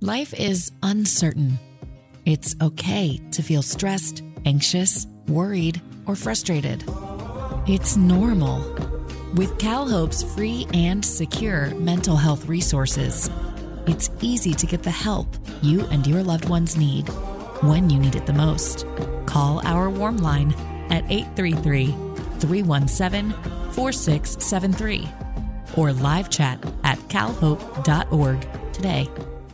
Life is uncertain. It's okay to feel stressed, anxious, worried, or frustrated. It's normal. With CalHOPE's free and secure mental health resources, it's easy to get the help you and your loved ones need when you need it the most. Call our warm line at 833-317-4673 or live chat at calhope.org today.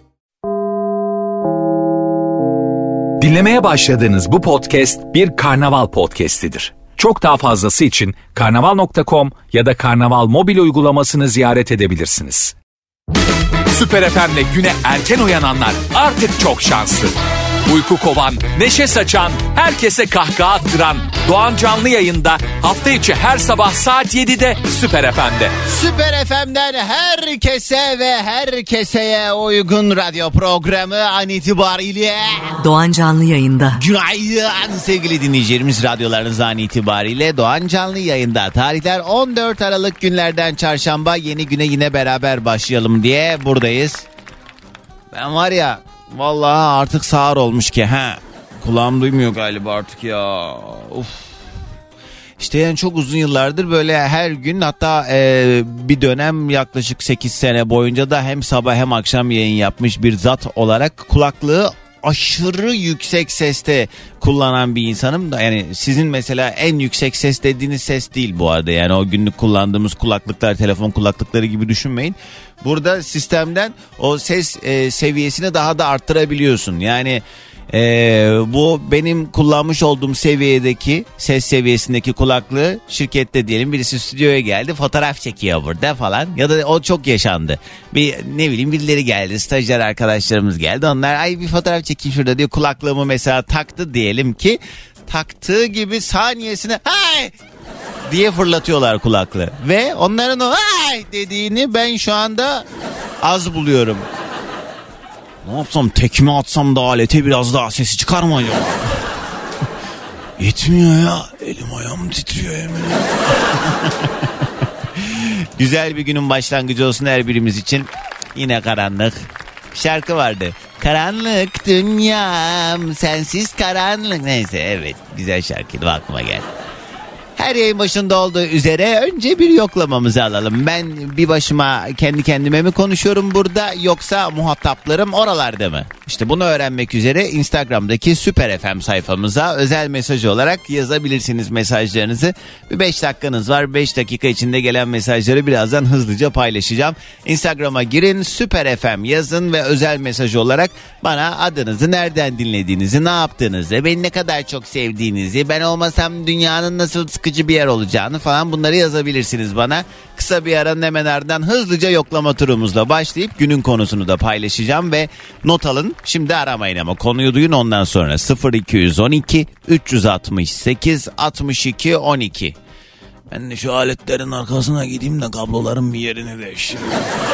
Dinlemeye başladığınız bu podcast bir Karnaval podcastidir. Çok daha fazlası için karnaval.com ya da Karnaval mobil uygulamasını ziyaret edebilirsiniz. Süper FM'le güne erken uyananlar artık çok şanslı. Uyku kovan, neşe saçan, herkese kahkaha attıran Doğan Canlı Yayında hafta içi her sabah saat 7'de Süper FM'de. Süper FM'den herkese ve herkeseye uygun radyo programı an itibariyle Doğan Canlı Yayında. Günaydın sevgili dinleyicilerimiz, radyolarınız an itibariyle Doğan Canlı Yayında. Tarihler 14 Aralık günlerden çarşamba, yeni güne yine beraber başlayalım diye buradayız. Ben var ya, vallahi artık sağır olmuş ki kulağım duymuyor galiba artık ya. Uf. İşte yani çok uzun yıllardır böyle her gün, hatta bir dönem yaklaşık 8 sene boyunca da hem sabah hem akşam yayın yapmış bir zat olarak kulaklığı aşırı yüksek seste kullanan bir insanım da, yani sizin mesela en yüksek ses dediğiniz ses değil bu arada, yani o günlük kullandığımız kulaklıklar, telefon kulaklıkları gibi düşünmeyin. Burada sistemden o ses seviyesini daha da arttırabiliyorsun. Yani bu benim kullanmış olduğum seviyedeki ses seviyesindeki kulaklığı şirkette diyelim birisi stüdyoya geldi, fotoğraf çekiyor burada falan, ya da o çok yaşandı. Birileri geldi, stajyer arkadaşlarımız geldi, onlar ay bir fotoğraf çekeyim şurada diyor, kulaklığımı mesela taktı diyelim ki, taktığı gibi saniyesine hay diye fırlatıyorlar kulaklığı ve onların o hay dediğini ben şu anda az buluyorum. Ne yapsam, tekme atsam da alete biraz daha sesi çıkar mı acaba? Yetmiyor ya. Elim ayağım titriyor hemen. Güzel bir günün başlangıcı olsun her birimiz için. Yine karanlık. Bir şarkı vardı. Karanlık dünyam, sensiz karanlık. Neyse, evet, güzel şarkıydı, aklıma geldi. Her yayın başında olduğu üzere önce bir yoklamamızı alalım. Ben bir başıma kendi kendime mi konuşuyorum burada, yoksa muhataplarım oralarda mı? İşte bunu öğrenmek üzere Instagram'daki Süper FM sayfamıza özel mesaj olarak yazabilirsiniz mesajlarınızı. Bir 5 dakikanız var. 5 dakika içinde gelen mesajları birazdan hızlıca paylaşacağım. Instagram'a girin, Süper FM yazın ve özel mesaj olarak bana adınızı, nereden dinlediğinizi, ne yaptığınızı, beni ne kadar çok sevdiğinizi, ben olmasam dünyanın nasıl sıkıcı bir yer olacağını falan, bunları yazabilirsiniz bana. Kısa bir aranın hemen ardından hızlıca yoklama turumuzla başlayıp günün konusunu da paylaşacağım ve not alın. Şimdi aramayın ama konuyu duyun, ondan sonra 0212 368 62 12. Ben de şu aletlerin arkasına gideyim de kabloların bir yerini değiştireyim.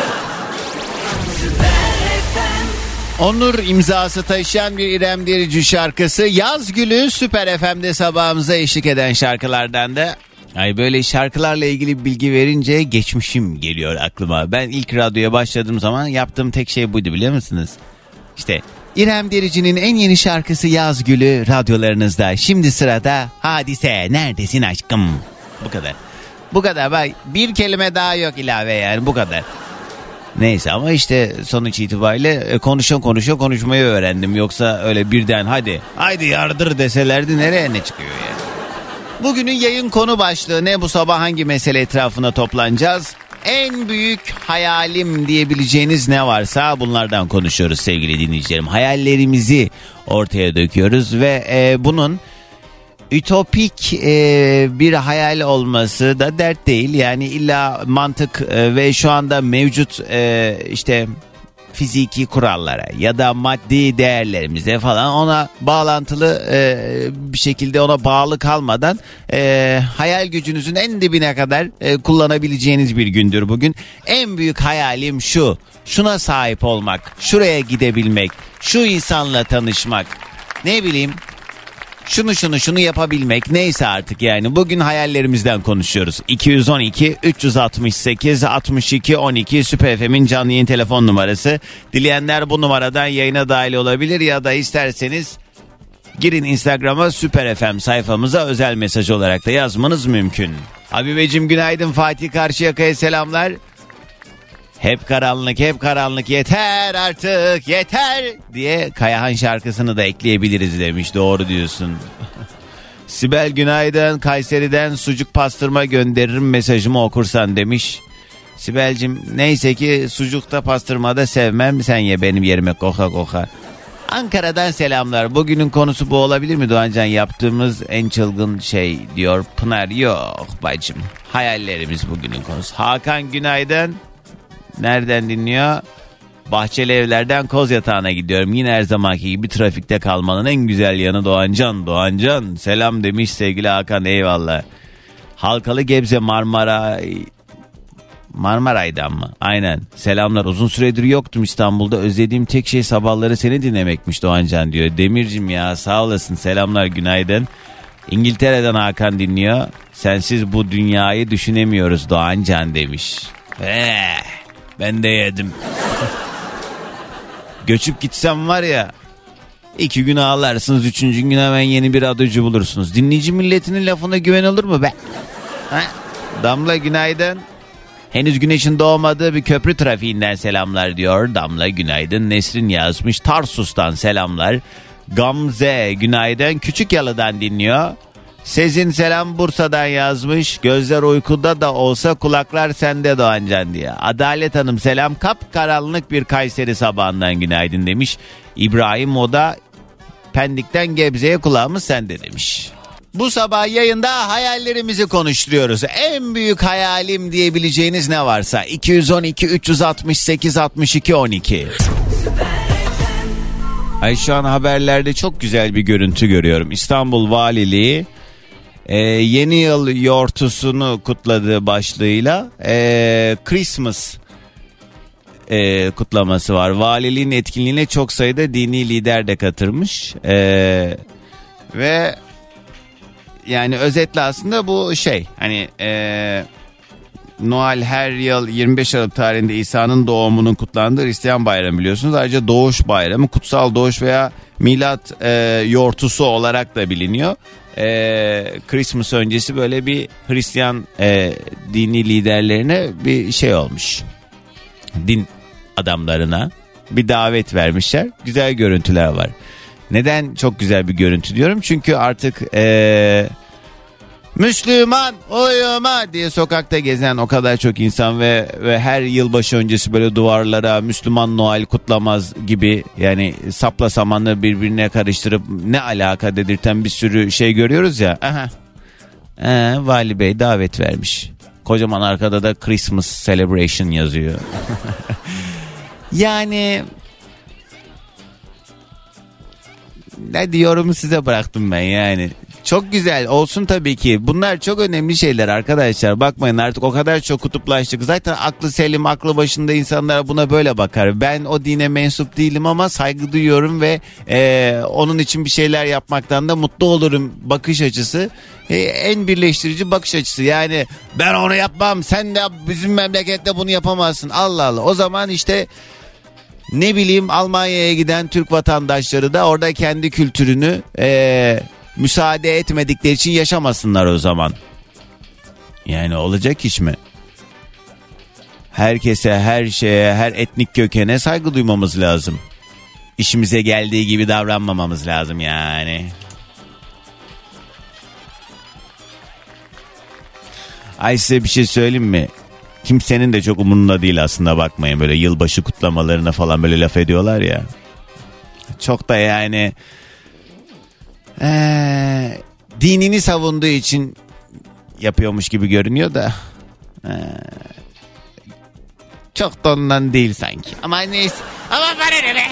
Onur imzası taşıyan bir İrem Derici şarkısı. Yaz Gülü Süper FM'de sabahımıza eşlik eden şarkılardan da. Ay, böyle şarkılarla ilgili bir bilgi verince geçmişim geliyor aklıma. Ben ilk radyoya başladığım zaman yaptığım tek şey buydu, biliyor musunuz? İşte İrem Derici'nin en yeni şarkısı Yaz Gülü radyolarınızda. Şimdi sırada Hadise, Neredesin Aşkım. Bu kadar. Bu kadar, bak, bir kelime daha yok ilave, yani bu kadar. Neyse, ama işte sonuç itibariyle konuşmayı öğrendim. Yoksa öyle birden haydi yardır deselerdi nereye ne çıkıyor yani. Bugünün yayın konu başlığı ne? Bu sabah hangi mesele etrafına toplanacağız? En büyük hayalim diyebileceğiniz ne varsa bunlardan konuşuyoruz sevgili dinleyicilerim. Hayallerimizi ortaya döküyoruz ve bunun ütopik bir hayal olması da dert değil. Yani illa mantık ve şu anda mevcut işte fiziki kurallara ya da maddi değerlerimize falan, ona bağlantılı bir şekilde ona bağlı kalmadan hayal gücünüzün en dibine kadar kullanabileceğiniz bir gündür bugün. En büyük hayalim şu, şuna sahip olmak, şuraya gidebilmek, şu insanla tanışmak, ne bileyim, şunu yapabilmek, neyse artık yani. Bugün hayallerimizden konuşuyoruz. 212 368 62 12 Süper FM'in canlı yayın telefon numarası. Dileyenler bu numaradan yayına dahil olabilir ya da isterseniz girin Instagram'a, Süper FM sayfamıza özel mesaj olarak da yazmanız mümkün. Habibeciğim günaydın, Fatih Karşıyaka'ya selamlar. Hep karanlık yeter artık yeter diye Kayahan şarkısını da ekleyebiliriz demiş. Doğru diyorsun. Sibel günaydın, Kayseri'den sucuk pastırma gönderirim mesajımı okursan demiş. Sibel'cim neyse ki sucukta pastırmada sevmem, sen ye benim yerime koka. Ankara'dan selamlar. Bugünün konusu bu olabilir mi Doğancan? Yaptığımız en çılgın şey diyor Pınar. Yok bacım, hayallerimiz bugünün konusu. Hakan günaydın. Nereden dinliyor? Bahçeli Evler'den Kozyatağı'na gidiyorum. Yine her zamanki gibi trafikte kalmanın en güzel yanı Doğancan. Selam demiş sevgili Hakan, eyvallah. Halkalı Gebze Marmaray'dan mı? Aynen. Selamlar. Uzun süredir yoktum İstanbul'da. Özlediğim tek şey sabahları seni dinlemekmiş Doğancan diyor. Demircim ya sağ olasın. Selamlar, günaydın. İngiltere'den Hakan dinliyor. Sensiz bu dünyayı düşünemiyoruz Doğancan demiş. Ben de yedim. Göçüp gitsem var ya, 2 gün ağlarsınız, 3. gün hemen yeni bir radyocu bulursunuz. Dinleyici milletinin lafına güven olur mu be? Ha? Damla günaydın. Henüz güneşin doğmadığı bir köprü trafiğinden selamlar diyor. Damla günaydın. Nesrin yazmış. Tarsus'tan selamlar. Gamze günaydın. Küçükyalı'dan dinliyor. Sezin selam Bursa'dan yazmış. Gözler uykuda da olsa kulaklar sende Doğancan diye. Adalet Hanım selam. Kapkaranlık bir Kayseri sabahından günaydın demiş. İbrahim Oda Pendik'ten Gebze'ye kulağımız sende demiş. Bu sabah yayında hayallerimizi konuşturuyoruz. En büyük hayalim diyebileceğiniz ne varsa 212 368 62 12. Ay şu an haberlerde çok güzel bir görüntü görüyorum. İstanbul Valiliği yeni yıl yortusunu kutladığı başlığıyla Christmas kutlaması var. Valiliğin etkinliğine çok sayıda dini lider de katılmış ve yani özetle aslında bu şey hani Noel her yıl 25 Aralık tarihinde İsa'nın doğumunun kutlandığı Hristiyan bayramı biliyorsunuz. Ayrıca Doğuş Bayramı, Kutsal Doğuş veya Milat yortusu olarak da biliniyor. Christmas öncesi böyle bir Hristiyan dini liderlerine bir şey olmuş. Din adamlarına bir davet vermişler. Güzel görüntüler var. Neden çok güzel bir görüntü diyorum? Çünkü artık Müslüman uyuma diye sokakta gezen o kadar çok insan ve her yılbaşı öncesi böyle duvarlara Müslüman Noel kutlamaz gibi yani sapla samanı birbirine karıştırıp ne alaka dedirten bir sürü şey görüyoruz ya. Vali Bey davet vermiş. Kocaman arkada da Christmas Celebration yazıyor. Yani ne diyorum size bıraktım ben yani. Çok güzel olsun tabii ki. Bunlar çok önemli şeyler arkadaşlar. Bakmayın artık o kadar çok kutuplaştık. Zaten aklı selim, aklı başında insanlar buna böyle bakar. Ben o dine mensup değilim ama saygı duyuyorum ve onun için bir şeyler yapmaktan da mutlu olurum bakış açısı. En birleştirici bakış açısı. Yani ben onu yapmam, sen de bizim memlekette bunu yapamazsın. Allah Allah. O zaman işte ne bileyim Almanya'ya giden Türk vatandaşları da orada kendi kültürünü müsaade etmedikleri için yaşamasınlar o zaman. Yani olacak iş mi? Herkese, her şeye, her etnik kökene saygı duymamız lazım. İşimize geldiği gibi davranmamamız lazım yani. Ay size bir şey söyleyeyim mi? Kimsenin de çok umurunda değil aslında, bakmayın böyle yılbaşı kutlamalarına falan böyle laf ediyorlar ya. Çok da yani dinini savunduğu için yapıyormuş gibi görünüyor da çok da ondan değil sanki. Ama neyse. Ama bana ne be?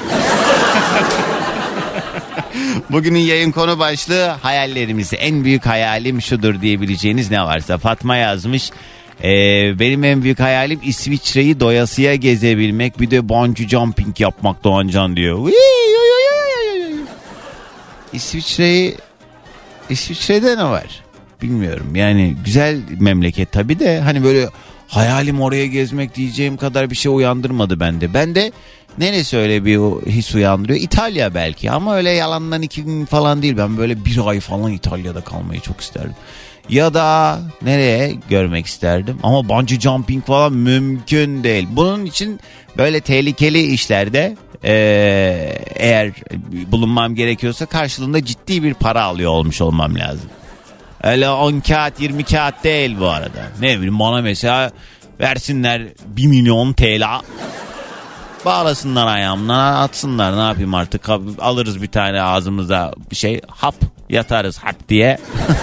Bugünün yayın konu başlığı hayallerimiz. En büyük hayalim şudur diyebileceğiniz ne varsa. Fatma yazmış. Benim en büyük hayalim İsviçre'yi doyasıya gezebilmek. Bir de bungee jumping yapmak Doğancan diyor. İsviçre'yi İsviçre'de ne var? Bilmiyorum. Yani güzel memleket tabii de hani böyle hayalim oraya gezmek diyeceğim kadar bir şey uyandırmadı bende. Bende neresi öyle bir his uyandırıyor? İtalya belki ama öyle yalandan 2 gün falan değil. Ben böyle 1 ay falan İtalya'da kalmayı çok isterdim. Ya da nereye görmek isterdim? Ama bungee jumping falan mümkün değil. Bunun için böyle tehlikeli işlerde eğer bulunmam gerekiyorsa karşılığında ciddi bir para alıyor olmuş olmam lazım. Öyle 10 kağıt 20 kağıt değil bu arada. Ne bileyim bana mesela versinler 1 milyon TL. Bağlasınlar ayağımdan atsınlar, ne yapayım artık, alırız bir tane ağzımıza bir şey hap, yatarız hap diye.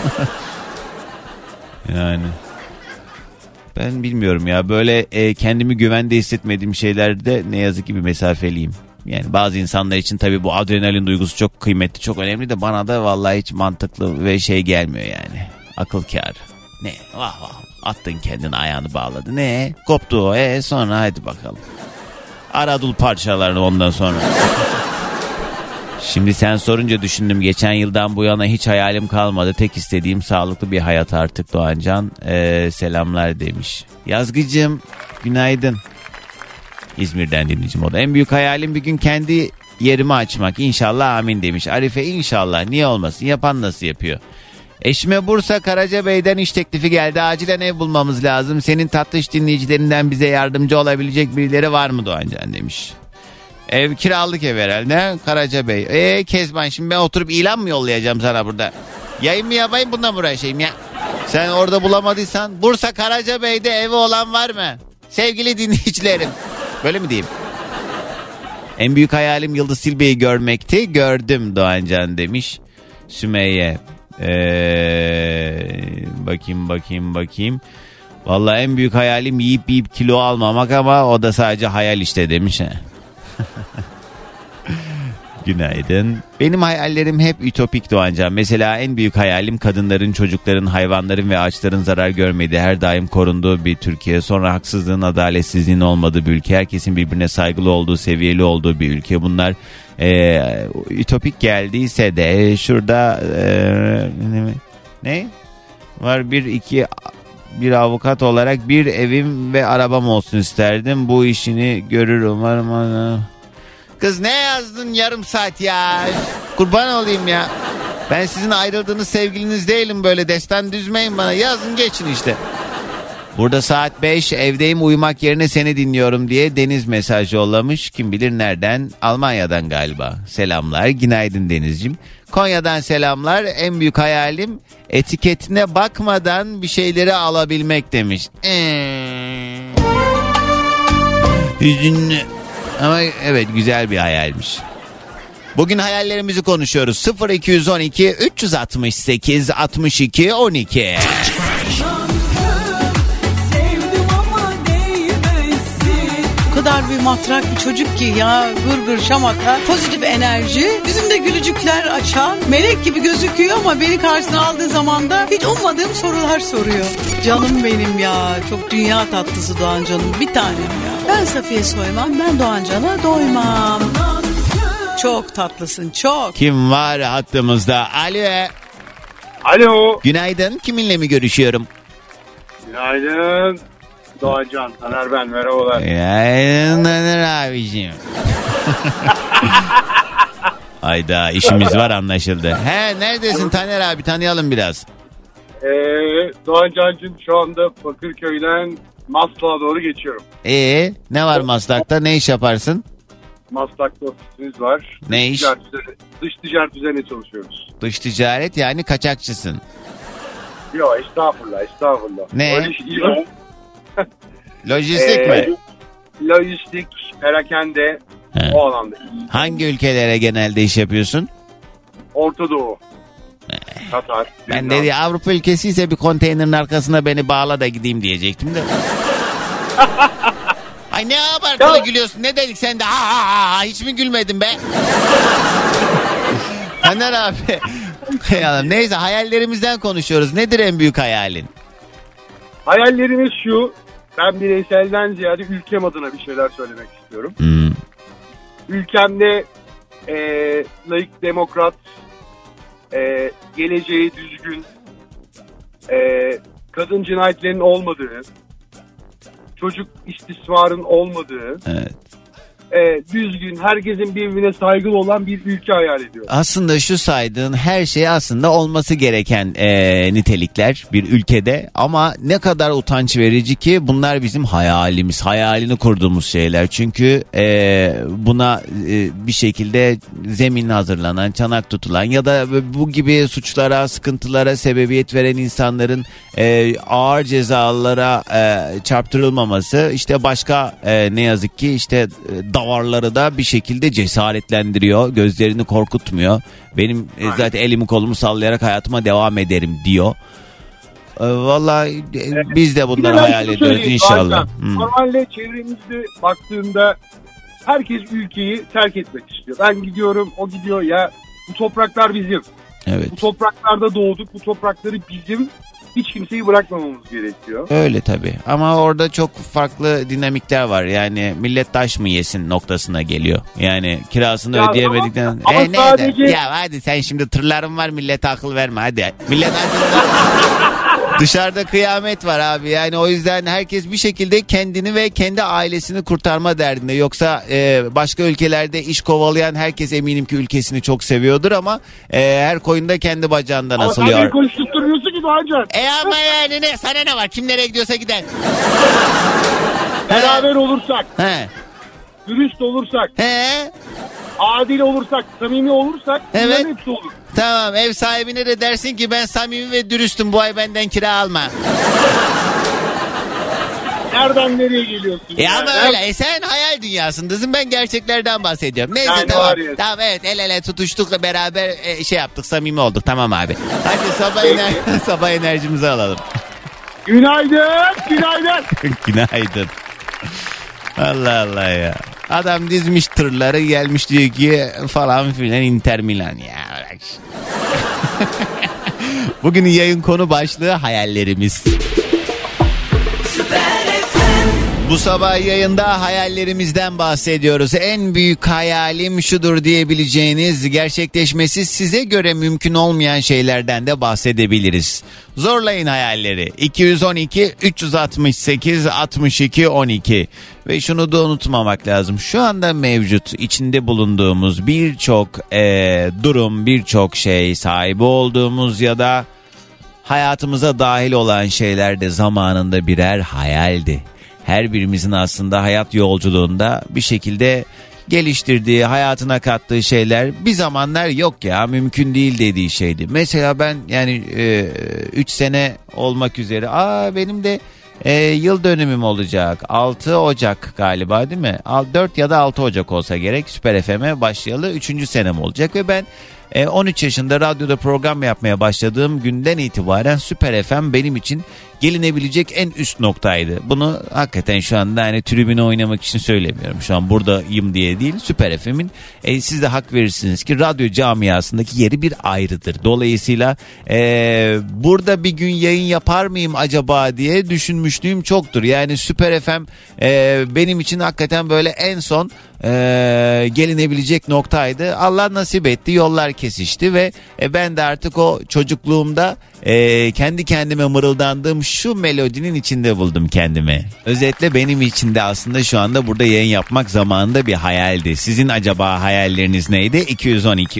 Yani ben bilmiyorum ya, böyle kendimi güvende hissetmediğim şeylerde ne yazık ki bir mesafeliyim. Yani bazı insanlar için tabii bu adrenalin duygusu çok kıymetli, çok önemli de bana da vallahi hiç mantıklı ve şey gelmiyor yani. Akıl kârı. Ne? Vah vah. Attın kendini, ayağını bağladı. Ne? Koptu o. Sonra hadi bakalım. Aradul parçalarını ondan sonra. Şimdi sen sorunca düşündüm. Geçen yıldan bu yana hiç hayalim kalmadı. Tek istediğim sağlıklı bir hayat artık Doğancan. Selamlar demiş. Yazgıcığım günaydın. İzmir'den dinleyicim o da. En büyük hayalim bir gün kendi yerimi açmak. İnşallah amin demiş. Arife inşallah, niye olmasın, yapan nasıl yapıyor. Eşime Bursa Karacabey'den iş teklifi geldi. Acilen ev bulmamız lazım. Senin tatlış dinleyicilerinden bize yardımcı olabilecek birileri var mı Doğancan demiş. Ev kiralık ev herhalde Karacabey. Kezban, şimdi ben oturup ilan mı yollayacağım sana burada? Yayın mı yapayım, bununla mı uğraşayım ya? Sen orada bulamadıysan Bursa Karacabey'de evi olan var mı? Sevgili dinleyicilerim. Böyle mi diyeyim? En büyük hayalim Yıldız Tilbe'yi görmekti. Gördüm Doğancan demiş Sümeyye. Bakayım. Vallahi en büyük hayalim yiyip kilo almamak ama o da sadece hayal işte demiş. Günaydın. Benim hayallerim hep ütopik Doğancan. Mesela en büyük hayalim kadınların, çocukların, hayvanların ve ağaçların zarar görmediği, her daim korunduğu bir Türkiye. Sonra haksızlığın, adaletsizliğin olmadığı bir ülke. Herkesin birbirine saygılı olduğu, seviyeli olduğu bir ülke. Bunlar ütopik geldiyse de şurada ne? Var bir avukat olarak bir evim ve arabam olsun isterdim. Bu işini görür umarım. Kız ne yazdın yarım saat ya? Kurban olayım ya. Ben sizin ayrıldığınız sevgiliniz değilim, böyle destan düzmeyin bana. Yazın geçin işte. Burada saat 5, evdeyim, uyumak yerine seni dinliyorum diye Deniz mesaj yollamış. Kim bilir nereden? Almanya'dan galiba. Selamlar, günaydın Denizciğim. Konya'dan selamlar. En büyük hayalim etiketine bakmadan bir şeyleri alabilmek demiş. Hüzünlü. Ama evet, güzel bir hayalmiş. Bugün hayallerimizi konuşuyoruz. 0212 368 62 12. O kadar bir matrak bir çocuk ki ya, gırgır şamata, pozitif enerji, yüzünde gülücükler açan, melek gibi gözüküyor ama beni karşısına aldığı zaman da hiç ummadığım sorular soruyor. Canım benim ya, çok dünya tatlısı Doğancan'ım, bir tanem ya. Ben Safiye Soyman, ben Doğancan'a doymam. Çok tatlısın, çok. Kim var hattımızda? Alo. Alo. Günaydın, kiminle mi görüşüyorum? Günaydın. Doğancan, Taner ben, merhabalar. Günaydın Taner abiciğim. Hayda, işimiz var anlaşıldı. Neredesin Taner abi, tanıyalım biraz. Doğancancığım, şu anda Bakırköy'den Maslak'a doğru geçiyorum. Ne var Maslak'ta, ne iş yaparsın? Maslak'ta ofisimiz var. Ne iş? Dış ticaret üzerine çalışıyoruz. Dış ticaret, yani kaçakçısın. Yok, estağfurullah. Ne? Öyle şey yok. Lojistik mi? Lojistik, perakende, o alanda. Hangi ülkelere genelde iş yapıyorsun? Orta Doğu. Katar. Ben dedi Avrupa ülkesiyse bir konteynerin arkasına beni bağla da gideyim diyecektim de. Ay ne abartılı gülüyorsun, ne dedik sen de hiç mi gülmedin be? Taner abi. Neyse, hayallerimizden konuşuyoruz. Nedir en büyük hayalin? Hayallerimiz şu. Ben bireyselden ziyade ülkem adına bir şeyler söylemek istiyorum. Ülkemde layık, demokrat, geleceği düzgün, kadın cinayetlerinin olmadığı, çocuk istismarın olmadığı, Evet. Düzgün, herkesin birbirine saygılı olan bir ülke hayal ediyorum. Aslında şu saydığın her şey aslında olması gereken nitelikler bir ülkede, ama ne kadar utanç verici ki bunlar bizim hayalimiz, hayalini kurduğumuz şeyler. Çünkü buna bir şekilde zemin hazırlanan, çanak tutulan ya da bu gibi suçlara, sıkıntılara sebebiyet veren insanların ağır cezalara çarptırılmaması işte başka ne yazık ki işte davarları da bir şekilde cesaretlendiriyor, gözlerini korkutmuyor. Benim zaten elimi kolumu sallayarak hayatıma devam ederim diyor. Vallahi biz de bunları hayal ediyoruz inşallah. Normalde çevremizde baktığında herkes ülkeyi terk etmek istiyor. Ben gidiyorum, o gidiyor, ya bu topraklar bizim. Evet. Bu topraklarda doğduk, bu toprakları bizim. Hiç kimseyi bırakmamamız gerekiyor. Öyle tabii. Ama orada çok farklı dinamikler var. Yani millet taş mı yesin noktasına geliyor. Yani kirasını ya ödeyemedikten... Ama sadece... Ya hadi sen şimdi tırların var, millete akıl verme hadi. Millet dışarıda kıyamet var abi. Yani o yüzden herkes bir şekilde kendini ve kendi ailesini kurtarma derdinde. Yoksa başka ülkelerde iş kovalayan herkes eminim ki ülkesini çok seviyordur ama her koyun da kendi bacağından asılıyor. Ama sen konuşturmuyorsun ki Doğancan. Ama yani ne? Sana ne var? Kim nereye gidiyorsa gider. Beraber olursak, dürüst olursak, He. adil olursak, samimi olursak, evet. bunların hepsi olur. Tamam, ev sahibine de dersin ki ben samimi ve dürüstüm, bu ay benden kira alma. Nereden nereye geliyorsun? Ya ama öyle. Sen hayal dünyasındasın, ben gerçeklerden bahsediyorum. Neyse yani tamam. Tamam evet, el ele tutuştuk, beraber şey yaptık, samimi olduk, tamam abi. Hadi sabah enerjimizi alalım. Günaydın. Günaydın. Allah Allah ya. Adam dizmiş tırları, gelmiş diyor ki falan filan Inter Milan ya. Bugünün yayın konu başlığı hayallerimiz. Bu sabah yayında hayallerimizden bahsediyoruz. En büyük hayalim şudur diyebileceğiniz, gerçekleşmesi size göre mümkün olmayan şeylerden de bahsedebiliriz. Zorlayın hayalleri. 212 368 62 12. Ve şunu da unutmamak lazım. Şu anda mevcut içinde bulunduğumuz birçok durum, birçok şey, sahibi olduğumuz ya da hayatımıza dahil olan şeyler de zamanında birer hayaldi. Her birimizin aslında hayat yolculuğunda bir şekilde geliştirdiği, hayatına kattığı şeyler bir zamanlar yok ya, mümkün değil dediği şeydi. Mesela ben yani 3 sene olmak üzere benim de yıl dönümüm olacak. 6 Ocak galiba değil mi? 4 ya da 6 Ocak olsa gerek. Süper FM'e başlayalı 3. senem olacak ve ben 13 yaşında radyoda program yapmaya başladığım günden itibaren Süper FM benim için gelinebilecek en üst noktaydı. Bunu hakikaten şu anda hani tribüne oynamak için söylemiyorum. Şu an buradayım diye değil. Süper FM'in siz de hak verirsiniz ki radyo camiasındaki yeri bir ayrıdır. Dolayısıyla burada bir gün yayın yapar mıyım acaba diye düşünmüşlüğüm çoktur. Yani Süper FM benim için hakikaten böyle en son gelinebilecek noktaydı. Allah nasip etti, yollar kesişti ve ben de artık o çocukluğumda kendi kendime mırıldandığım şu melodinin içinde buldum kendimi. Özetle benim için de aslında şu anda burada yayın yapmak zamanında bir hayaldi. Sizin acaba hayalleriniz neydi? 212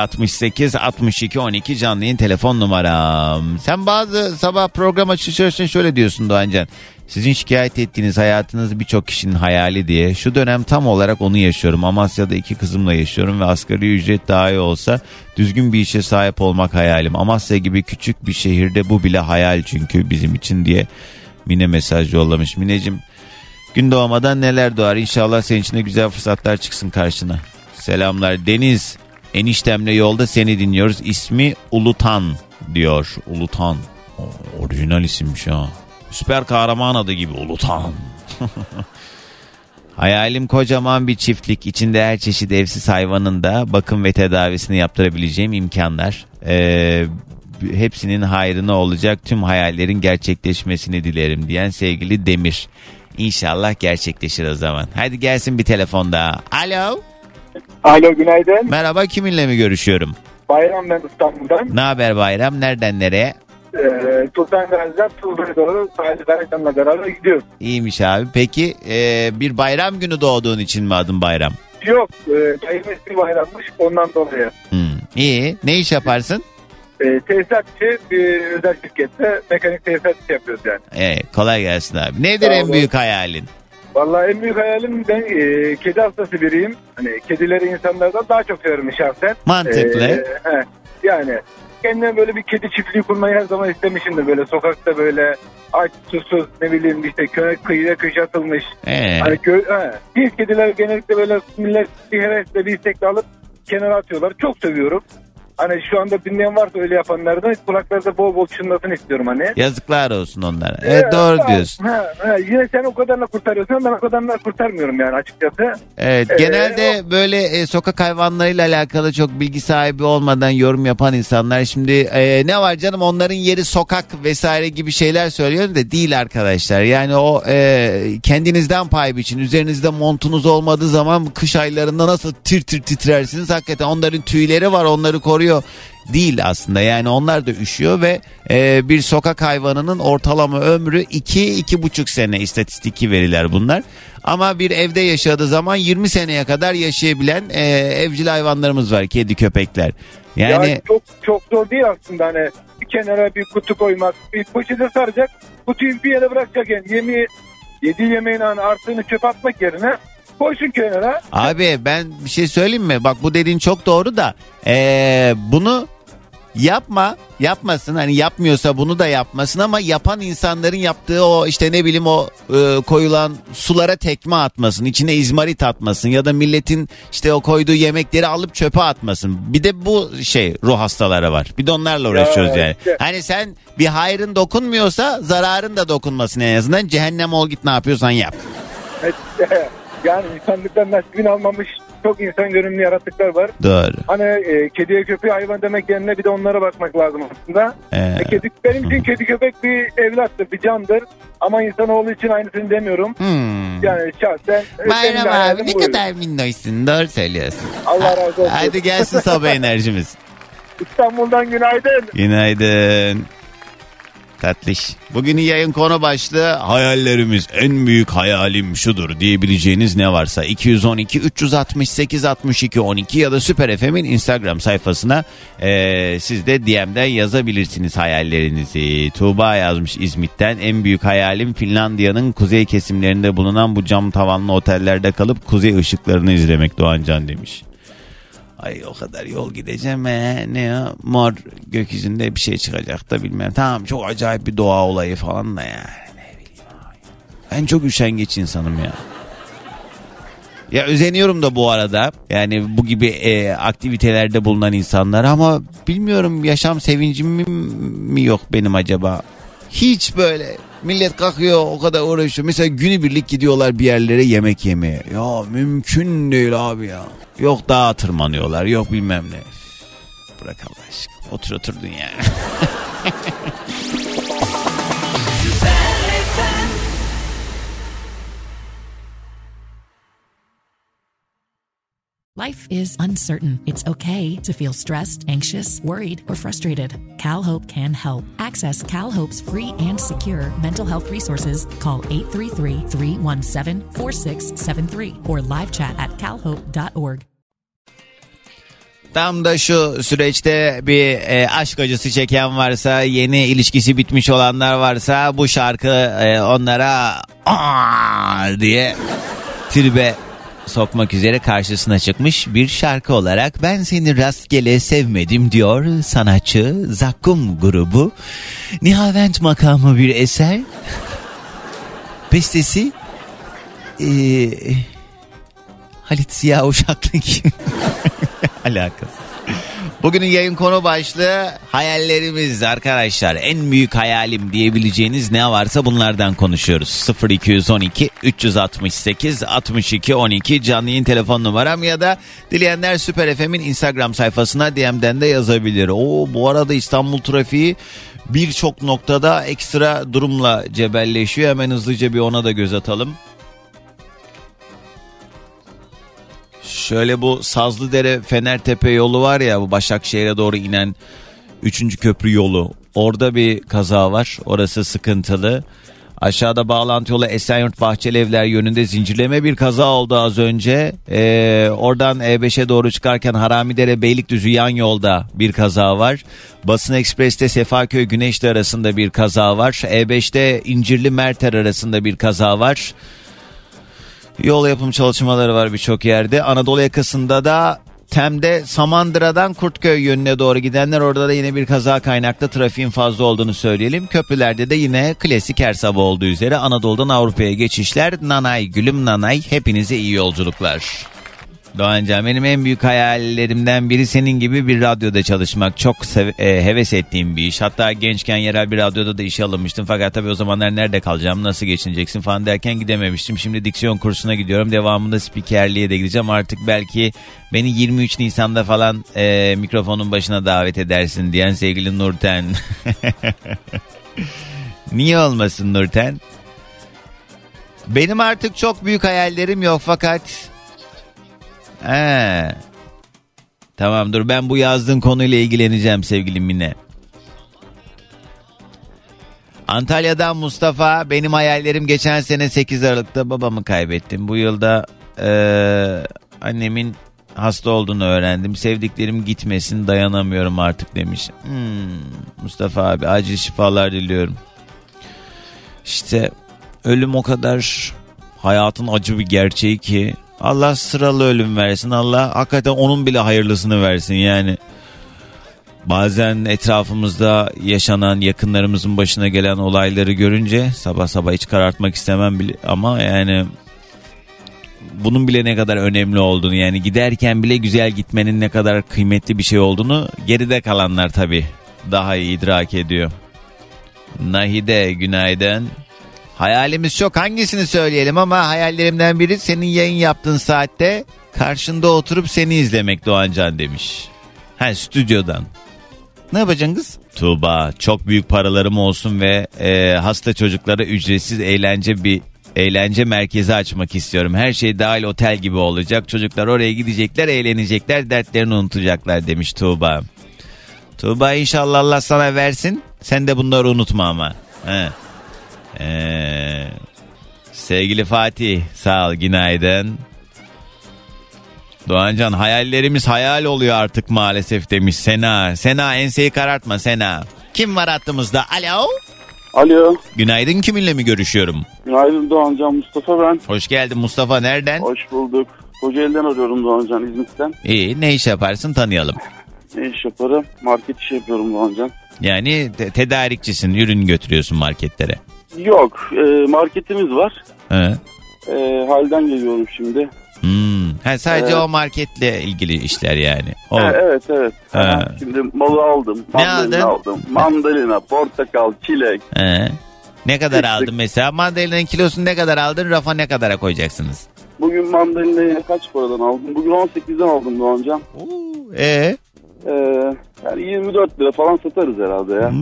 368 62 12 canlı yayın telefon numaram. Sen bazı sabah program açılışında şöyle diyorsun Doğancan. Sizin şikayet ettiğiniz hayatınız birçok kişinin hayali diye. Şu dönem tam olarak onu yaşıyorum. Amasya'da 2 kızımla yaşıyorum ve asgari ücret daha iyi olsa düzgün bir işe sahip olmak hayalim. Amasya gibi küçük bir şehirde bu bile hayal çünkü bizim için diye Mine mesaj yollamış. Mineciğim, gün doğmadan neler doğar, İnşallah senin için de güzel fırsatlar çıksın karşına. Selamlar Deniz, eniştemle yolda seni dinliyoruz. İsmi Ulutan diyor. Ulutan. Orijinal isimmiş ha. Süper kahraman adı gibi Ulutan. Hayalim kocaman bir çiftlik, içinde her çeşit evsiz hayvanın da bakım ve tedavisini yaptırabileceğim imkanlar. Hepsinin hayrına olacak tüm hayallerin gerçekleşmesini dilerim diyen sevgili Demir. İnşallah gerçekleşir o zaman. Hadi gelsin bir telefon daha. Alo. Alo, günaydın. Merhaba, kiminle mi görüşüyorum? Bayram ben İstanbul'dan. Ne haber Bayram? Nereden nereye? Sultan Gazi'den Tuzla'ya doğru Salih Berkan'la beraber gidiyoruz. İyiymiş abi. Peki bir bayram günü doğduğun için mi adın Bayram? Yok. Dayım eski bayrammış ondan dolayı. İyi. Ne iş yaparsın? Tesisatçı bir özel şirkette mekanik tesisatçı yapıyoruz yani. Kolay gelsin abi. Nedir Sağ en olun. büyük hayalin? Vallahi en büyük hayalim ben kedi hastası biriyim. Hani kedileri insanlardan daha çok severim şahsen. Mantıklı. Yani kendime böyle bir kedi çiftliği kurmayı her zaman istemişimdir. Böyle sokakta böyle aç, susuz, ne bileyim işte kıyıya köşe atılmış. Hani biz kediler genellikle böyle millet bir hevesle bir istekle alıp kenara atıyorlar. Çok seviyorum. Hani şu anda dinleyen varsa öyle yapanlardan kulaklarda bol bol çınlasın istiyorum hani. Yazıklar olsun onlara. Evet doğru diyorsun. Yine sen o kadarla kurtarıyorsun, ben o kadarla kurtarmıyorum yani açıkçası. Evet genelde böyle sokak hayvanlarıyla alakalı çok bilgi sahibi olmadan yorum yapan insanlar şimdi ne var canım onların yeri sokak vesaire gibi şeyler söylüyor da değil arkadaşlar. Yani o kendinizden pay biçin. Üzerinizde montunuz olmadığı zaman kış aylarında nasıl tir tir titrersiniz hakikaten onların tüyleri var onları koruyor. Değil aslında yani onlar da üşüyor ve bir sokak hayvanının ortalama ömrü 2-2,5 sene istatistiki veriler bunlar. Ama bir evde yaşadığı zaman 20 seneye kadar yaşayabilen evcil hayvanlarımız var kedi köpekler. Yani çok zor değil aslında hani bir kenara bir kutu koymak bir poşete saracak kutuyu bir yere bırakacak yani yediği yemeğin arttığını çöp atmak yerine koysun kenara. Abi ben bir şey söyleyeyim mi? Bak bu dediğin çok doğru da bunu yapmasın hani yapmıyorsa bunu da yapmasın ama yapan insanların yaptığı o işte ne bileyim o koyulan sulara tekme atmasın içine izmarit atmasın ya da milletin işte o koyduğu yemekleri alıp çöpe atmasın bir de bu ruh hastaları var bir de onlarla uğraşıyoruz yani hani sen bir hayrın dokunmuyorsa zararın da dokunmasın en azından cehennem ol git ne yapıyorsan yap. Yani insanlıktan nasibini almamış çok insan görünümlü yaratıklar var. Doğru. Hani kediye köpeğe hayvan demek yerine bir de onlara bakmak lazım aslında. Benim için kedi köpek bir evlattır, bir candır. Ama insanoğlu için aynısını demiyorum. Yani şahsen... Bayram abi ne kadar minnoşsun, doğru söylüyorsun. Allah razı olsun. Hadi gelsin sabah enerjimiz. İstanbul'dan günaydın. Günaydın. Tatlış. Bugünün yayın konu başlığı hayallerimiz en büyük hayalim şudur diyebileceğiniz ne varsa 212 368 62 12 ya da Süper FM'in Instagram sayfasına siz de DM'den yazabilirsiniz hayallerinizi. Tuğba yazmış İzmit'ten en büyük hayalim Finlandiya'nın kuzey kesimlerinde bulunan bu cam tavanlı otellerde kalıp kuzey ışıklarını izlemek Doğancan demiş. Ay o kadar yol gideceğim ne o mor gökyüzünde bir şey çıkacak da bilmem. Tamam çok acayip bir doğa olayı falan da ya. Ne bileyim abi. Ben çok üşengeç insanım ya. Ya özeniyorum da bu arada. Yani bu gibi aktivitelerde bulunan insanlar ama bilmiyorum yaşam sevincim mi yok benim acaba? Hiç böyle millet kalkıyor o kadar uğraşıyor. Mesela günübirlik gidiyorlar bir yerlere yemek yemeye. Ya mümkün değil abi ya. Yok dağa tırmanıyorlar yok bilmem ne. Bırak Allah aşkına oturdun ya. Life is uncertain. It's okay to feel stressed, anxious, worried, or frustrated. CalHope can help. Access CalHope's free and secure mental health resources. Call 833-317-4673 or live chat at calhope.org. Tam da şu süreçte bir aşk acısı çeken varsa, yeni ilişkisi bitmiş olanlar varsa bu şarkı onlara diye tribe sokmak üzere karşısına çıkmış bir şarkı olarak ben seni rastgele sevmedim diyor sanatçı Zakkum grubu. Nihavent makamı bir eser. Bestesi Halit Ziya Uşaklı gibi. Alakası. Bugünün yayın konu başlığı hayallerimiz arkadaşlar. En büyük hayalim diyebileceğiniz ne varsa bunlardan konuşuyoruz. 0212 368 62 12 canlı yayın telefon numaram ya da dileyenler Süper FM'in Instagram sayfasına DM'den de yazabilir. Bu arada İstanbul trafiği birçok noktada ekstra durumla cebelleşiyor. Hemen hızlıca bir ona da göz atalım. Şöyle bu Sazlıdere Fenertepe yolu var ya, bu Başakşehir'e doğru inen 3. köprü yolu. Orada bir kaza var. Orası sıkıntılı. Aşağıda bağlantı yolu Esenyurt Bahçelievler yönünde zincirleme bir kaza oldu az önce. Oradan E5'e doğru çıkarken Haramidere Beylikdüzü yan yolda bir kaza var. Basın Ekspres'te Sefaköy Güneşli arasında bir kaza var. E5'te İncirli Merter arasında bir kaza var. Yol yapım çalışmaları var birçok yerde. Anadolu yakasında da Tem'de Samandıra'dan Kurtköy yönüne doğru gidenler, orada da yine bir kaza kaynaklı trafiğin fazla olduğunu söyleyelim. Köprülerde de yine klasik her sabah olduğu üzere Anadolu'dan Avrupa'ya geçişler. Nanay gülüm nanay, hepinize iyi yolculuklar. Doğancan, benim en büyük hayallerimden biri senin gibi bir radyoda çalışmak. Çok heves ettiğim bir iş. Hatta gençken yerel bir radyoda da işe alınmıştım. Fakat tabii o zamanlar nerede kalacağım, nasıl geçineceksin falan derken gidememiştim. Şimdi diksiyon kursuna gidiyorum. Devamında spikerliğe de gideceğim. Artık belki beni 23 Nisan'da falan mikrofonun başına davet edersin diyen sevgili Nurten. Niye olmasın Nurten? Benim artık çok büyük hayallerim yok fakat... Tamam, dur, ben bu yazdığın konuyla ilgileneceğim sevgili Mine. Antalya'dan Mustafa, benim hayallerim geçen sene 8 Aralık'ta babamı kaybettim. Bu yılda annemin hasta olduğunu öğrendim. Sevdiklerim gitmesin, dayanamıyorum artık demiş. Mustafa abi, acil şifalar diliyorum. İşte ölüm o kadar hayatın acı bir gerçeği ki Allah sıralı ölüm versin. Allah hakikaten onun bile hayırlısını versin yani. Bazen etrafımızda yaşanan, yakınlarımızın başına gelen olayları görünce sabah sabah hiç karartmak istemem bile, ama yani bunun bile ne kadar önemli olduğunu, yani giderken bile güzel gitmenin ne kadar kıymetli bir şey olduğunu geride kalanlar tabii daha iyi idrak ediyor. Nahide, günaydın. Hayalimiz çok, hangisini söyleyelim, ama hayallerimden biri senin yayın yaptığın saatte karşında oturup seni izlemek Doğancan demiş. Stüdyodan. Ne yapacaksın kız? Tuğba, çok büyük paralarım olsun ve hasta çocuklara ücretsiz eğlence merkezi açmak istiyorum. Her şey dahil otel gibi olacak. Çocuklar oraya gidecekler, eğlenecekler, dertlerini unutacaklar demiş Tuğba. Tuğba, inşallah Allah sana versin. Sen de bunları unutma ama. Sevgili Fatih, sağ ol, günaydın. Doğancan, hayallerimiz hayal oluyor artık maalesef demiş Sena. Sena, enseyi karartma Sena. Kim var hattımızda? Alo. Alo. Günaydın, kiminle mi görüşüyorum? Günaydın Doğancan, Mustafa ben. Hoş geldin Mustafa, nereden? Hoş bulduk. Kocaeli'den arıyorum Doğancan, İzmit'ten. İyi, ne iş yaparsın, tanıyalım. Ne iş yaparım? Market işi yapıyorum Doğancan. Yani tedarikçisin, ürün götürüyorsun marketlere. Yok, marketimiz var. He. Halden geliyorum şimdi. Sadece o marketle ilgili işler yani. Evet. Şimdi malı aldım. Mandalina aldım. Mandalina, portakal, çilek. Ne kadar aldın mesela? Mandalina'nın kilosunu ne kadar aldın? Rafa ne kadara koyacaksınız? Bugün mandalina'yı kaç paradan aldım? Bugün 18'den aldım Doğancan. Yani 24 lira falan satarız herhalde ya.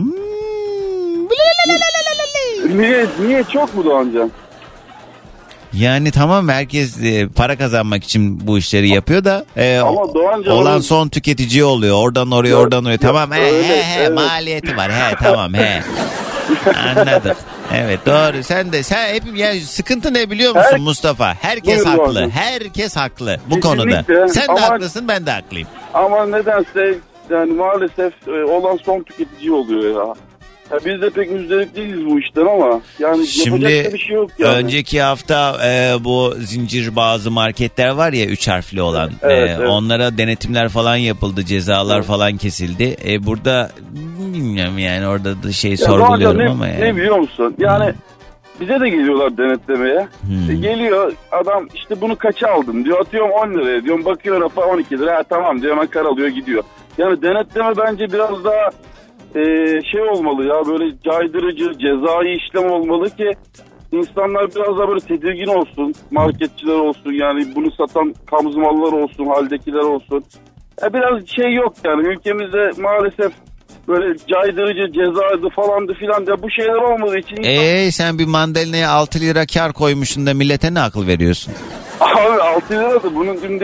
Niye çok mu Doğancan? Yani tamam, herkes para kazanmak için bu işleri yapıyor da ama Doğancan olan son tüketici oluyor. Oradan oraya, oradan oraya. Tamam, evet. Maliyeti var. Tamam. Anladım. Evet, doğru. Sen hep ya, sıkıntı ne biliyor musun Mustafa? Herkes haklı. Doğru. Herkes haklı bu konuda. Sen de haklısın, ben de haklıyım. Ama nedense yani maalesef olan son tüketici oluyor ya. Biz de pek müzdarip değiliz bu işten ama yani şimdi yapacak bir şey yok yani. Önceki hafta bu zincir bazı marketler var ya, 3 harfli olan, evet. Onlara denetimler falan yapıldı, cezalar falan kesildi. Burada bilmiyorum yani, orada da sorguluyorum ama yani. Ne biliyor musun? Yani bize de geliyorlar denetlemeye. Geliyor adam, işte bunu kaça aldın diyor, atıyorum 10 liraya diyorum, bakıyor rafa 12 lira, tamam diyor, hemen karalıyor gidiyor. Yani denetleme bence biraz daha olmalı ya, böyle caydırıcı, cezai işlem olmalı ki insanlar biraz daha böyle tedirgin olsun, marketçiler olsun, yani bunu satan kamzımallar olsun, haldekiler olsun. Biraz yok yani ülkemizde maalesef böyle caydırıcı, cezaydı falandı filan da bu şeyler olmadığı için. Sen bir mandalinaya 6 lira kar koymuşsun da millete ne akıl veriyorsun? Abi 6 lira da bunun şimdi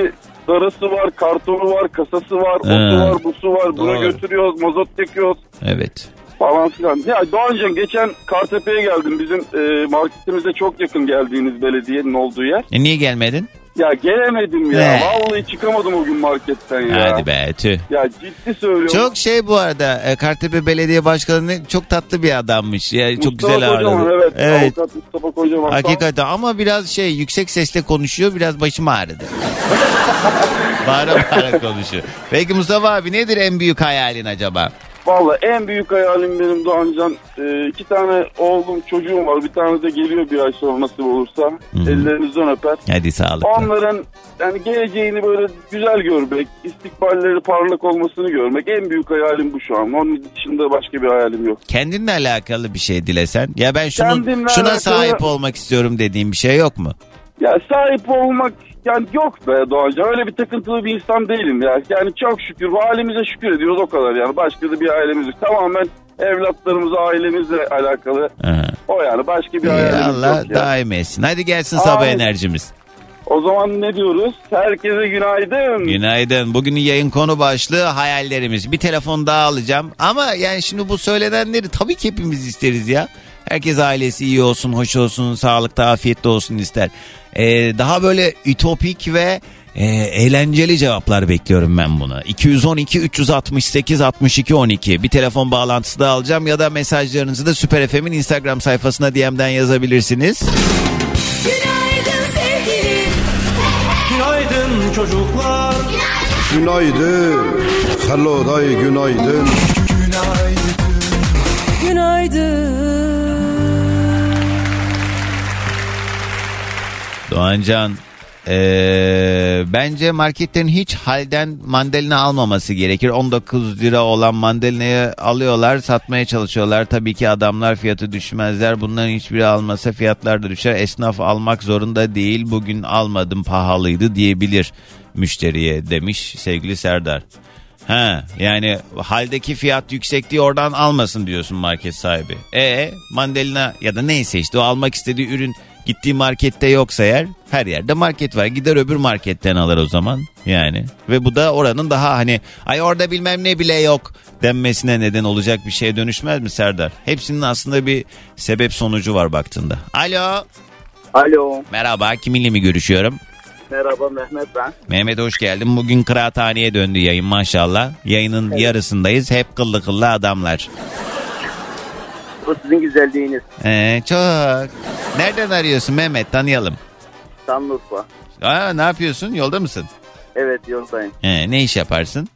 darası var, kartonu var, kasası var, osu var, busu var. Buna götürüyoruz, mazot yakıyoruz. Evet. Falan filan. Ya Doğancan geçen Kartepe'ye geldim. Bizim marketimize çok yakın geldiğiniz belediyenin olduğu yer. Niye gelmedin? Ya gelemedim ya. Vallahi çıkamadım o gün marketten ya. Hadi be tüh. Ya ciddi söylüyorum. Çok bu arada Kartepe Belediye Başkanı çok tatlı bir adammış. Ya Mustafa çok güzel ağırladı. Evet. Avukat Mustafa Kocaman. Hakikaten ama biraz yüksek sesle konuşuyor. Biraz başım ağrıdı. Bağıra konuşuyor. Peki Mustafa abi nedir en büyük hayalin acaba? Vallahi en büyük hayalim benim Doğancan. 2 tane oğlum, çocuğum var. Bir tane de geliyor bir ay sonra nasip olursa. Ellerinizden öper. Hadi sağlıklı. Onların yani geleceğini böyle güzel görmek, istikballeri parlak olmasını görmek en büyük hayalim bu şu an. Onun dışında başka bir hayalim yok. Kendinle alakalı bir şey dilesen. Ya ben şuna sahip olmak istiyorum dediğim bir şey yok mu? Ya sahip olmak yani yok be Doğancan. Öyle bir takıntılı bir insan değilim ya. Yani çok şükür halimize şükür ediyoruz o kadar yani. Başka da bir ailemiz yok. Tamamen evlatlarımızla, ailemizle alakalı. O yani başka bir hayalimiz yok ya. Allah daim etsin. Hadi gelsin sabah enerjimiz. O zaman ne diyoruz? Herkese günaydın. Günaydın. Bugünün yayın konu başlığı hayallerimiz. Bir telefon daha alacağım. Ama yani şimdi bu söylenenleri tabii ki hepimiz isteriz ya. Herkes ailesi iyi olsun, hoş olsun, sağlıkta, afiyette olsun ister. Daha böyle ütopik ve eğlenceli cevaplar bekliyorum ben buna. 212 368 62 12 bir telefon bağlantısı da alacağım ya da mesajlarınızı da Süper FM'in Instagram sayfasına DM'den yazabilirsiniz. Günaydın sevgilim. Günaydın çocuklar. Günaydın. Hello day günaydın. Günaydın. Doğancan, bence marketlerin hiç halden mandalina almaması gerekir. 19 lira olan mandalinayı alıyorlar, satmaya çalışıyorlar. Tabii ki adamlar fiyatı düşmezler. Bunların hiçbiri almasa fiyatlar da düşer. Esnaf almak zorunda değil. Bugün almadım, pahalıydı diyebilir müşteriye demiş sevgili Serdar. Yani haldeki fiyat yüksekliği oradan almasın diyorsun market sahibi. Mandalina ya da neyse işte o almak istediği ürün gittiği markette yoksa eğer, her yerde market var. Gider öbür marketten alır o zaman yani. Ve bu da oranın daha ay orada bilmem ne bile yok denmesine neden olacak bir şeye dönüşmez mi Serdar? Hepsinin aslında bir sebep sonucu var baktığında. Alo. Merhaba, kiminle mi görüşüyorum? Merhaba, Mehmet ben. Mehmet hoş geldin. Bugün kıraathaneye döndü yayın maşallah. Yayının yarısındayız. Hep kıllı adamlar. Bu sizin güzelliğiniz. Çok. Nereden arıyorsun Mehmet? Tanıyalım. Şanlıurfa. Ne yapıyorsun? Yolda mısın? Evet, yoldayım. Ne iş yaparsın?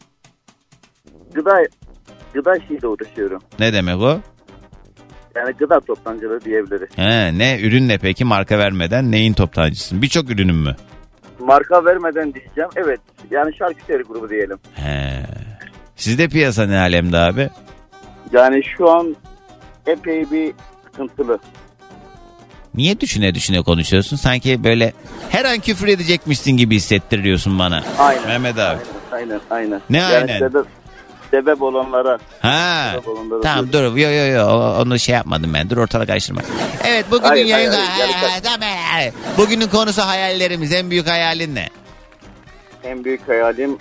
Gıda işiyle uğraşıyorum. Ne demek o? Yani gıda toptancılığı diyebiliriz. Ne? Ürün ne peki? Marka vermeden neyin toptancısın? Birçok ürünün mü? Marka vermeden diyeceğim. Evet. Yani şarküteri grubu diyelim. Sizde piyasa ne alemde abi? Yani şu an epey bir sıkıntılı. Niye düşüne konuşuyorsun? Sanki böyle her an küfür edecekmişsin gibi hissettiriyorsun bana. Aynen. Mehmet abi. Aynen. Ne yani aynen? Sebep olanlara. Tamam dur. Yo onu yapmadım ben. Dur ortalık karıştırma. Evet bugünün yayın. Bugünün konusu hayallerimiz. En büyük hayalin ne? En büyük hayalim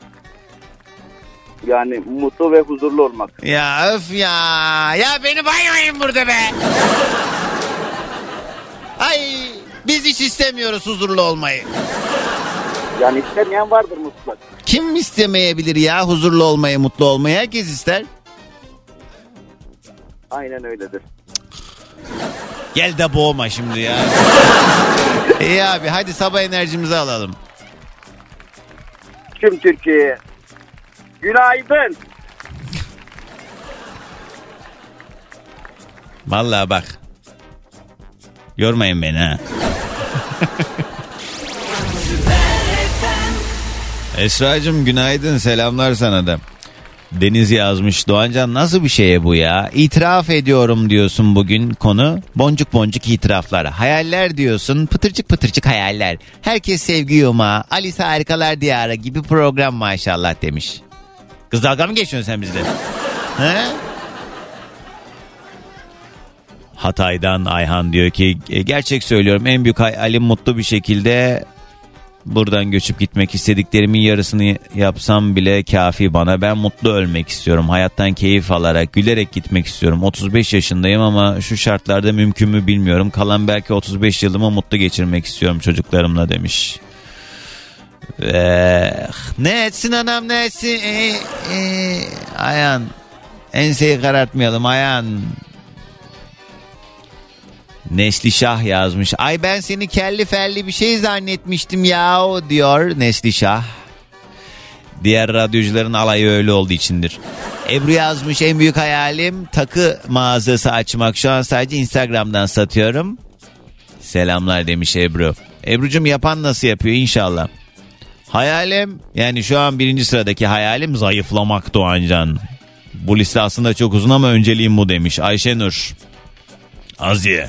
yani mutlu ve huzurlu olmak. Ya öf ya. Ya beni baymayın burada be. Ay biz hiç istemiyoruz huzurlu olmayı. Yani istemeyen vardır mutlaka. Kim istemeyebilir ya huzurlu olmayı, mutlu olmayı? Herkes ister. Aynen öyledir. Gel de boğma şimdi ya. İyi abi hadi sabah enerjimizi alalım. Tüm Türkiye'ye günaydın. Vallahi bak. Yormayın beni ha. Esra'cığım günaydın, selamlar sana da. Deniz yazmış, Doğancan nasıl bir şeye bu ya? İtiraf ediyorum diyorsun bugün konu. Boncuk boncuk itiraflar. Hayaller diyorsun, pıtırcık pıtırcık hayaller. Herkes sevgi yumağı, Alice Harikalar Diyarı gibi program maşallah demiş. Kız dalga mı geçiyorsun sen bizle? He? Hatay'dan Ayhan diyor ki gerçek söylüyorum en büyük hayalim mutlu bir şekilde Buradan göçüp gitmek, istediklerimin yarısını yapsam bile kafi bana. Ben mutlu ölmek istiyorum. Hayattan keyif alarak, gülerek gitmek istiyorum. 35 yaşındayım ama şu şartlarda mümkün mü bilmiyorum. Kalan belki 35 yılımı mutlu geçirmek istiyorum çocuklarımla demiş. Ne etsin anam, ne etsin? Ayhan. Enseyi karartmayalım Ayhan. Neslişah yazmış. Ay ben seni kelli felli bir şey zannetmiştim ya diyor Neslişah. Diğer radyocuların alayı öyle olduğu içindir. Ebru yazmış, en büyük hayalim takı mağazası açmak. Şu an sadece Instagram'dan satıyorum. Selamlar demiş Ebru. Ebru'cum yapan nasıl yapıyor inşallah. Hayalim, yani şu an 1. sıradaki hayalim zayıflamak Doğancan. Bu liste aslında çok uzun ama önceliğim bu demiş Ayşenur. Aziye.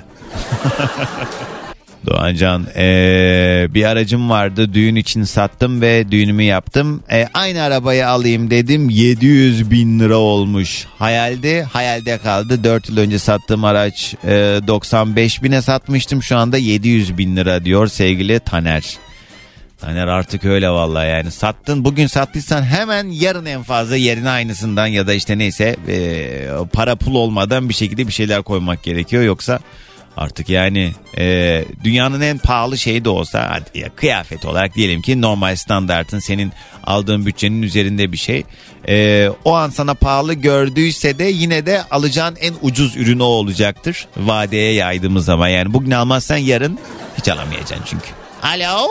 Doğancan, bir aracım vardı, düğün için sattım ve düğünümü yaptım. Aynı arabayı alayım dedim, 700.000 lira olmuş. Hayalde kaldı. 4 yıl önce sattığım araç 95.000'e satmıştım, şu anda 700.000 lira diyor sevgili Taner. Taner artık öyle vallahi, yani sattın, bugün sattıysan hemen yarın en fazla yerine aynısından ya da işte neyse para pul olmadan bir şekilde bir şeyler koymak gerekiyor, yoksa artık yani dünyanın en pahalı şeyi de olsa hadi ya, kıyafet olarak diyelim ki normal standartın senin aldığın bütçenin üzerinde bir şey, o an sana pahalı gördüyse de yine de alacağın en ucuz ürün o olacaktır vadeye yaydığımız zaman. Yani bugün almazsan yarın hiç alamayacaksın çünkü. Alo.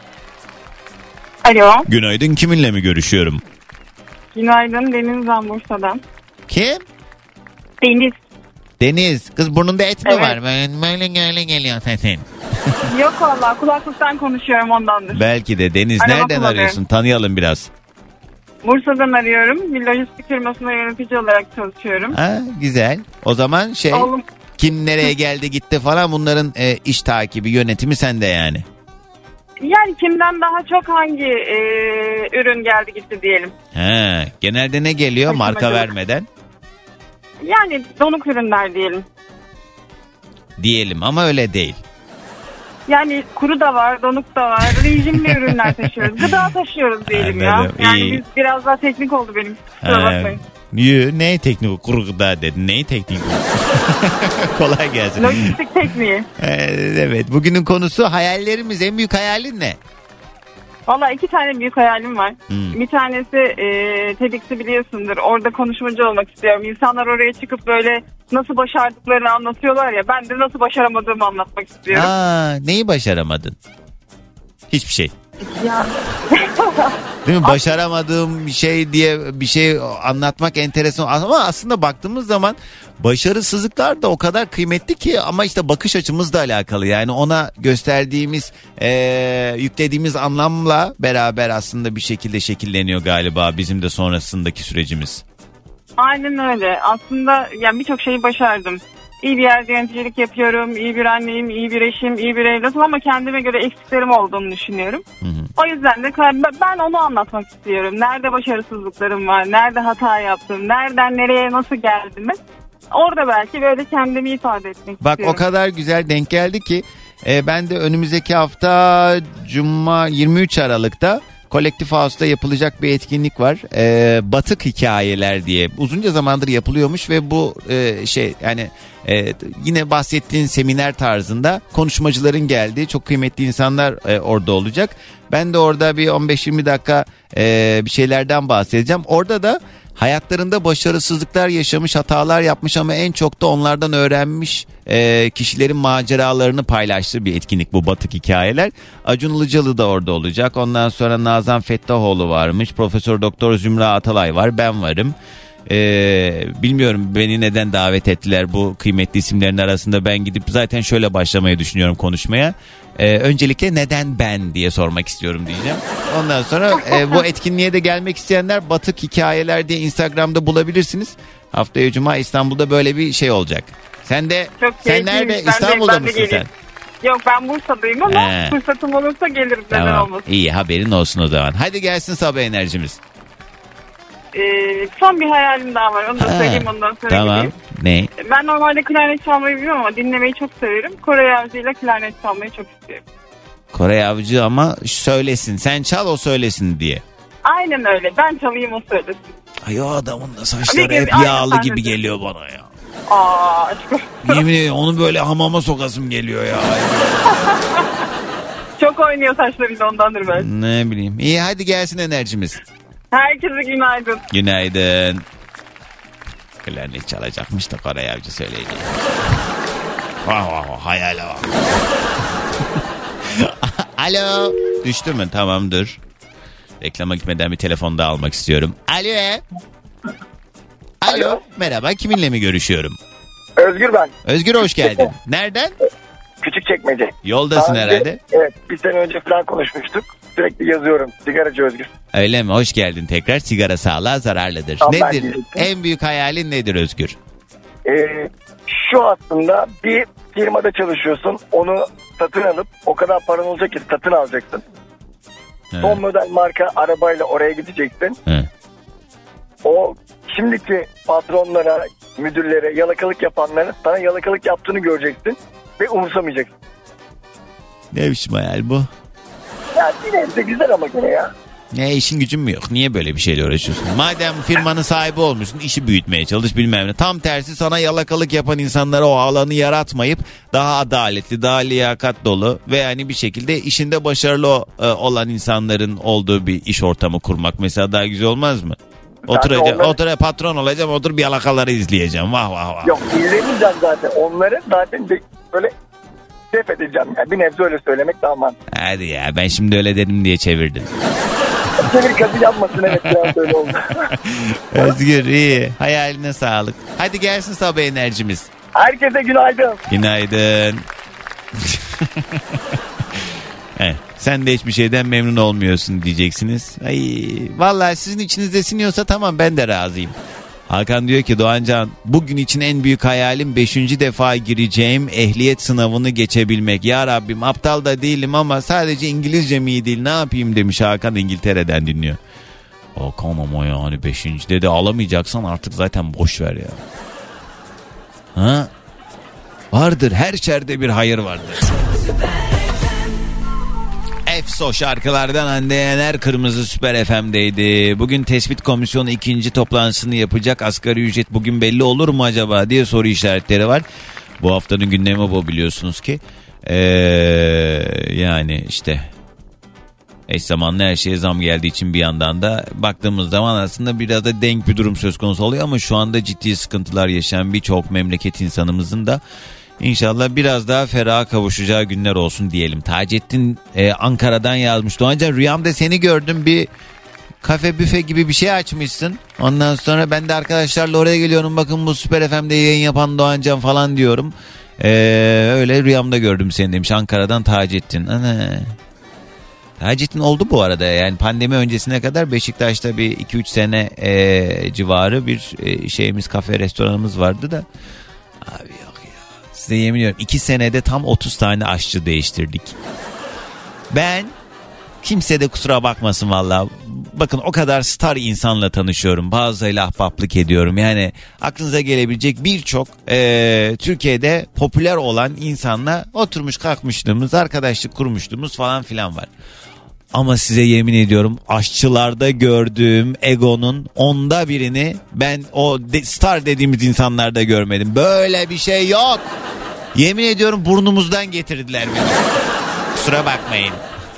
Alo. Günaydın, kiminle mi görüşüyorum? Günaydın, Deniz ben Bursa'dan. Kim? Deniz. Deniz. Kız burnunda et mi evet. var? Böyle geliyor sesin. Yok vallahi kulaklıktan konuşuyorum ondandır. Belki de. Deniz araba nereden arıyorsun? Tanıyalım biraz. Bursa'dan arıyorum. Bir lojistik firmasında yönetici olarak çalışıyorum. Ha, güzel. O zaman Oğlum. Kim nereye geldi gitti falan, bunların iş takibi, yönetimi sende yani. Yani kimden daha çok hangi ürün geldi gitti diyelim. He, genelde ne geliyor marka vermeden? Yani donuk ürünler diyelim. Diyelim ama öyle değil. Yani kuru da var, donuk da var. Rejimli ürünler taşıyoruz. Gıda taşıyoruz diyelim. Anladım. Ya. Yani İyi. biz biraz daha teknik oldu benim. Kusura bakmayın. Ne teknik? Kuru gıda dedin. Neyi teknik? Kolay gelsin. Lojistik tekniği. Evet. Bugünün konusu hayallerimiz. En büyük hayalin ne? Valla 2 tane büyük hayalim var. Bir tanesi TEDx'i biliyorsundur. Orada konuşmacı olmak istiyorum. İnsanlar oraya çıkıp böyle nasıl başardıklarını anlatıyorlar ya. Ben de nasıl başaramadığımı anlatmak istiyorum. Neyi başaramadın? Hiçbir şey. Ya. Değil mi? Başaramadığım bir şey diye bir şey anlatmak enteresan. Ama aslında baktığımız zaman başarısızlıklar da o kadar kıymetli ki, ama işte bakış açımızla alakalı. Yani ona gösterdiğimiz, yüklediğimiz anlamla beraber aslında bir şekilde şekilleniyor galiba bizim de sonrasındaki sürecimiz. Aynen öyle. Aslında yani birçok şeyi başardım. İyi bir yerde yöneticilik yapıyorum, iyi bir anneyim, iyi bir eşim, iyi bir evlatım ama kendime göre eksiklerim olduğunu düşünüyorum. O yüzden de ben onu anlatmak istiyorum. Nerede başarısızlıklarım var, nerede hata yaptım, nereden nereye nasıl geldim. Orada belki böyle kendimi ifade etmek istiyorum. Bak o kadar güzel denk geldi ki ben de önümüzdeki hafta Cuma 23 Aralık'ta Kolektif House'da yapılacak bir etkinlik var. Batık hikayeler diye. Uzunca zamandır yapılıyormuş ve bu yani yine bahsettiğin seminer tarzında konuşmacıların geldiği çok kıymetli insanlar orada olacak. Ben de orada bir 15-20 dakika bir şeylerden bahsedeceğim. Orada da hayatlarında başarısızlıklar yaşamış, hatalar yapmış ama en çok da onlardan öğrenmiş kişilerin maceralarını paylaştığı bir etkinlik bu Batık Hikayeler. Acun Ilıcalı da orada olacak. Ondan sonra Nazan Fettahoğlu varmış. Profesör Doktor Zümra Atalay var. Ben varım. Bilmiyorum beni neden davet ettiler bu kıymetli isimlerin arasında. Ben gidip zaten şöyle başlamayı düşünüyorum konuşmaya. Öncelikle neden ben diye sormak istiyorum diyeceğim. Ondan sonra bu etkinliğe de gelmek isteyenler Batık Hikayeler diye Instagram'da bulabilirsiniz. Haftaya Cuma İstanbul'da böyle bir şey olacak. Sen nerede? İstanbul'da mısın sen? Yok ben Bursa'dayım ama fırsatım olursa gelirim. Neden tamam. olmasın. İyi haberin olsun o zaman. Hadi gelsin sabah enerjimiz. Son bir hayalim daha var. Onu da söyleyeyim ondan sonra tamam. gideyim. Ne? Ben normalde klarnet çalmayı biliyorum ama dinlemeyi çok severim. Kore Yavcı'yla klarnet çalmayı çok istiyorum. Koray Avcı ama söylesin. Sen çal o söylesin diye. Aynen öyle. Ben çalayım o söylesin. Ay o adamın da saçları hep yağlı gibi geliyor bana ya. Aşkım. Yemin ediyorum onu böyle hamama sokasım geliyor ya. Çok oynuyor saçlarıyla ondandır ben. Ne bileyim. İyi hadi gelsin enerjimiz. Herkese günaydın. Günaydın. Klarnet çalacakmış da Koray Avcı söyleyecek. Hayale bak. Alo. Düştü mü? Tamam dur. Reklama gitmeden bir telefon daha almak istiyorum. Alo. Alo. Merhaba, kiminle mi görüşüyorum? Özgür ben. Özgür hoş geldin. Nereden? Küçükçekmece. Yoldasın herhalde. Evet, bir sene önce falan konuşmuştuk. Sürekli yazıyorum. Sigaracı Özgür. Öyle mi? Hoş geldin tekrar. Sigara sağlığa zararlıdır. Tamam, nedir? En büyük hayalin nedir Özgür? Şu aslında bir firmada çalışıyorsun. Onu satın alıp o kadar paran olacak ki satın alacaksın. He. Son model marka arabayla oraya gideceksin. He. O şimdiki patronlara, müdürlere, yalakalık yapanlara sana yalakalık yaptığını göreceksin ve umursamayacaksın. Ne biçim hayal bu? Ya yine de güzel ama gene ya. Ne işin gücün mü yok? Niye böyle bir şeyle uğraşıyorsun? Madem firmanın sahibi olmuşsun, işi büyütmeye çalış bilmem ne. Tam tersi sana yalakalık yapan insanlara o alanı yaratmayıp daha adaletli, daha liyakat dolu ve yani bir şekilde işinde başarılı olan insanların olduğu bir iş ortamı kurmak mesela daha güzel olmaz mı? Otur patron olacağım, otur bir yalakaları izleyeceğim. Vah vah vah. Yok, izlemeyeceğim zaten. Onları zaten böyle def edeceğim. Yani bir nebze öyle söylemek daha mantıklı. Hadi ya, ben şimdi öyle dedim diye çevirdin. Çevir kazı yapmasın, evet biraz öyle oldu. Özgür iyi. Hayaline sağlık. Hadi gelsin sabah enerjimiz. Herkese günaydın. Günaydın. Sen de hiçbir şeyden memnun olmuyorsun diyeceksiniz. Ay, vallahi sizin içinizde siniyorsa tamam, ben de razıyım. Hakan diyor ki Doğancan, bugün için en büyük hayalim 5. defa gireceğim ehliyet sınavını geçebilmek. Ya Rabbim, aptal da değilim ama sadece İngilizce mi iyi değil, ne yapayım demiş Hakan, İngiltere'den dinliyor. Hakan ama yani 5.'de de alamayacaksan artık zaten boş ver ya. Ha? Vardır, her şerde bir hayır vardır. EFSO şarkılardan Hande Yener Kırmızı Süper FM'deydi. Bugün tespit komisyonu 2. toplantısını yapacak. Asgari ücret bugün belli olur mu acaba diye soru işaretleri var. Bu haftanın gündemi bu, biliyorsunuz ki. Yani işte eş zamanlı her şeye zam geldiği için bir yandan da baktığımız zaman aslında biraz da denk bir durum söz konusu oluyor. Ama şu anda ciddi sıkıntılar yaşayan birçok memleket insanımızın da İnşallah biraz daha feraha kavuşacağı günler olsun diyelim. Taceddin Ankara'dan yazmış. Doğancan, rüyamda seni gördüm, bir kafe büfe gibi bir şey açmışsın. Ondan sonra ben de arkadaşlarla oraya geliyorum. Bakın bu Süper FM'de yayın yapan Doğancan falan diyorum. Öyle rüyamda gördüm seni demiş Ankara'dan Taceddin. Ana. Taceddin oldu bu arada, yani pandemi öncesine kadar Beşiktaş'ta bir 2-3 sene civarı bir şeyimiz, kafe restoranımız vardı da. Abi yok. Size yemin ediyorum 2 senede tam 30 tane aşçı değiştirdik. Ben, kimse de kusura bakmasın vallahi. Bakın, o kadar star insanla tanışıyorum. Bazılarıyla ahbaplık ediyorum. Yani aklınıza gelebilecek birçok Türkiye'de popüler olan insanla oturmuş kalkmışlığımız, arkadaşlık kurmuşluğumuz falan filan var. Ama size yemin ediyorum aşçılarda gördüğüm egonun 10'da birini ben o star dediğimiz insanlarda görmedim. Böyle bir şey yok. Yemin ediyorum burnumuzdan getirdiler beni. Kusura bakmayın.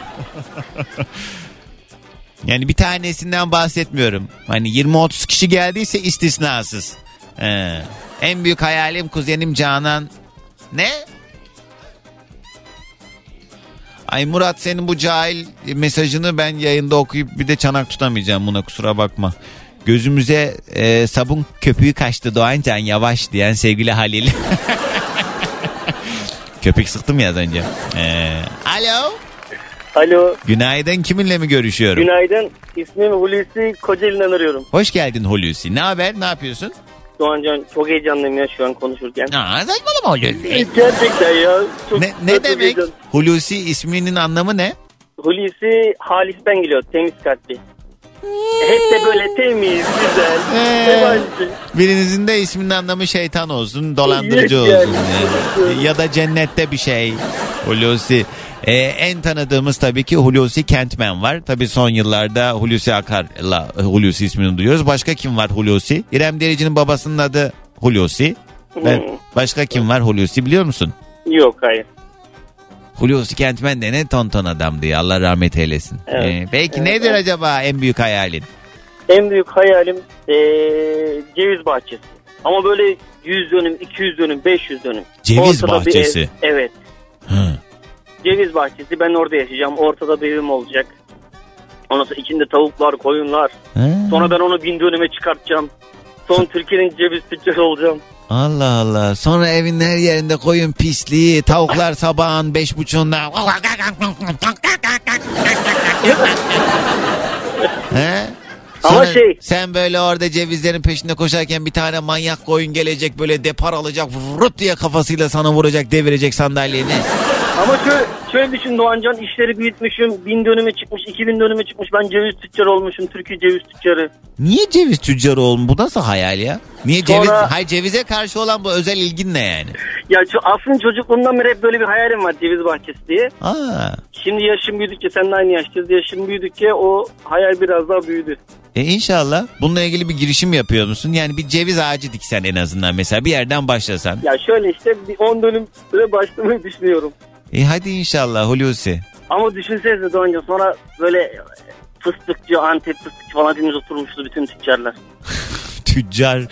Yani bir tanesinden bahsetmiyorum. Hani 20-30 kişi geldiyse istisnasız. En büyük hayalim kuzenim Canan. Ne? Ay Murat, senin bu cahil mesajını ben yayında okuyup bir de çanak tutamayacağım buna, kusura bakma. Gözümüze sabun köpüğü kaçtı Doğancan, yavaş diyen sevgili Halil. Köpek sıktım ya az önce. Alo. Alo. Günaydın, kiminle mi görüşüyorum? Günaydın, ismim Hulusi, Kocaeli'den arıyorum. Hoş geldin Hulusi, ne haber, ne yapıyorsun? Doğancan, çok heyecanlıyım ya şu an konuşurken. Saçmalama Hulusi. Gerçekten ya. Ne demek? Hulusi isminin anlamı ne? Hulusi Halis'ten geliyor, temiz kalpli. Hep de böyle temiz, güzel. Birinizin de isminin anlamı şeytan olsun, dolandırıcı olsun. Yani. Ya da cennette bir şey. Hulusi. En tanıdığımız tabii ki Hulusi Kentmen var. Tabii son yıllarda Hulusi Akar'la Hulusi ismini duyuyoruz. Başka kim var Hulusi? İrem Derici'nin babasının adı Hulusi. Başka kim var Hulusi biliyor musun? Yok, hayır. Hulusi Kentmen de ne tonton adamdı ya, Allah rahmet eylesin. Evet. Peki nedir acaba en büyük hayalin? En büyük hayalim ceviz bahçesi. Ama böyle 100 dönüm, 200 dönüm, 500 dönüm. Ceviz bahçesi? Evet. Ceviz bahçesi, ben orada yaşayacağım. Ortada bir evim olacak. Ondan sonra içinde tavuklar, koyunlar. Sonra ben onu 1000 dönüme çıkartacağım. Son Türkiye'nin ceviz tüccarı olacağım. Allah Allah. Sonra evin her yerinde koyun pisliği, tavuklar sabahın 5.30'unda. He? Sonra sen böyle orada cevizlerin peşinde koşarken bir tane manyak koyun gelecek, böyle depar alacak, vurut diye kafasıyla sana vuracak, devirecek sandalyeni. Ama şöyle düşün Doğancan, işleri büyütmüşüm, 1000 dönüme çıkmış, 2000 dönüme çıkmış, ben ceviz tüccarı olmuşum, Türkiye ceviz tüccarı. Niye ceviz tüccarı oldun? Bu nasıl hayal ya? Niye cevize karşı olan bu özel ilgin ne yani? Ya aslında çocukluğumdan beri hep böyle bir hayalim var, ceviz bahçesi diye. Aa. Şimdi yaşım büyüdükçe, seninle aynı yaştayız, yaşım büyüdükçe o hayal biraz daha büyüdü. İnşallah bununla ilgili bir girişim yapıyor musun? Yani bir ceviz ağacı diksen en azından, mesela bir yerden başlasan. Ya şöyle işte bir 10 dönüm başlamayı düşünüyorum. Hadi inşallah Hulusi. Ama düşünsenize Doğancan, sonra böyle fıstıkçı, Antep fıstıkçı falan hepimiz oturmuştu, bütün tüccarlar. Tüccar.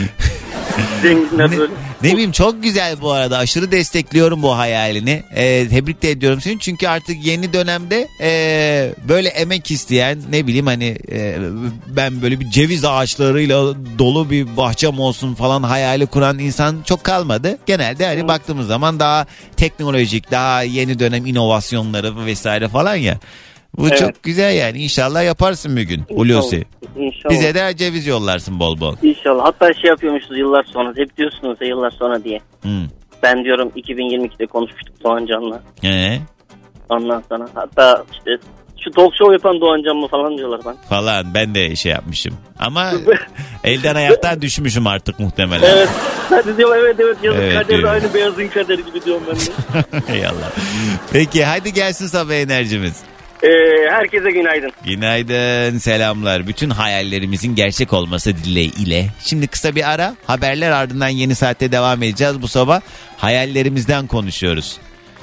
Ne bileyim, çok güzel bu arada, aşırı destekliyorum bu hayalini. Tebrik de ediyorum seni, çünkü artık yeni dönemde böyle emek isteyen, ne bileyim hani ben böyle bir ceviz ağaçlarıyla dolu bir bahçem olsun falan hayali kuran insan çok kalmadı. Genelde hani baktığımız zaman daha teknolojik, daha yeni dönem inovasyonları vesaire falan ya. Bu çok güzel yani. İnşallah yaparsın bir gün Hulusi. İnşallah. Bize de ceviz yollarsın bol bol. İnşallah. Hatta yapıyormuşuz yıllar sonra. Hep diyorsunuz ya yıllar sonra diye. Ben diyorum 2022'de konuşmuştuk Doğan Can'la. Ondan sonra hatta işte şu talk show yapan Doğan Can mı falan diyorlar ben. Falan, ben de yapmışım. Ama elden ayaktan düşmüşüm artık muhtemelen. Evet. Hadi diyorum evet yazık, kader de aynı beyazın kaderi gibi diyorum ben de. Eyvallah. Peki hadi gelsin sabah enerjimiz. Herkese günaydın. Günaydın, selamlar. Bütün hayallerimizin gerçek olması dileğiyle. Şimdi kısa bir ara, haberler, ardından yeni saatte devam edeceğiz. Bu sabah hayallerimizden konuşuyoruz.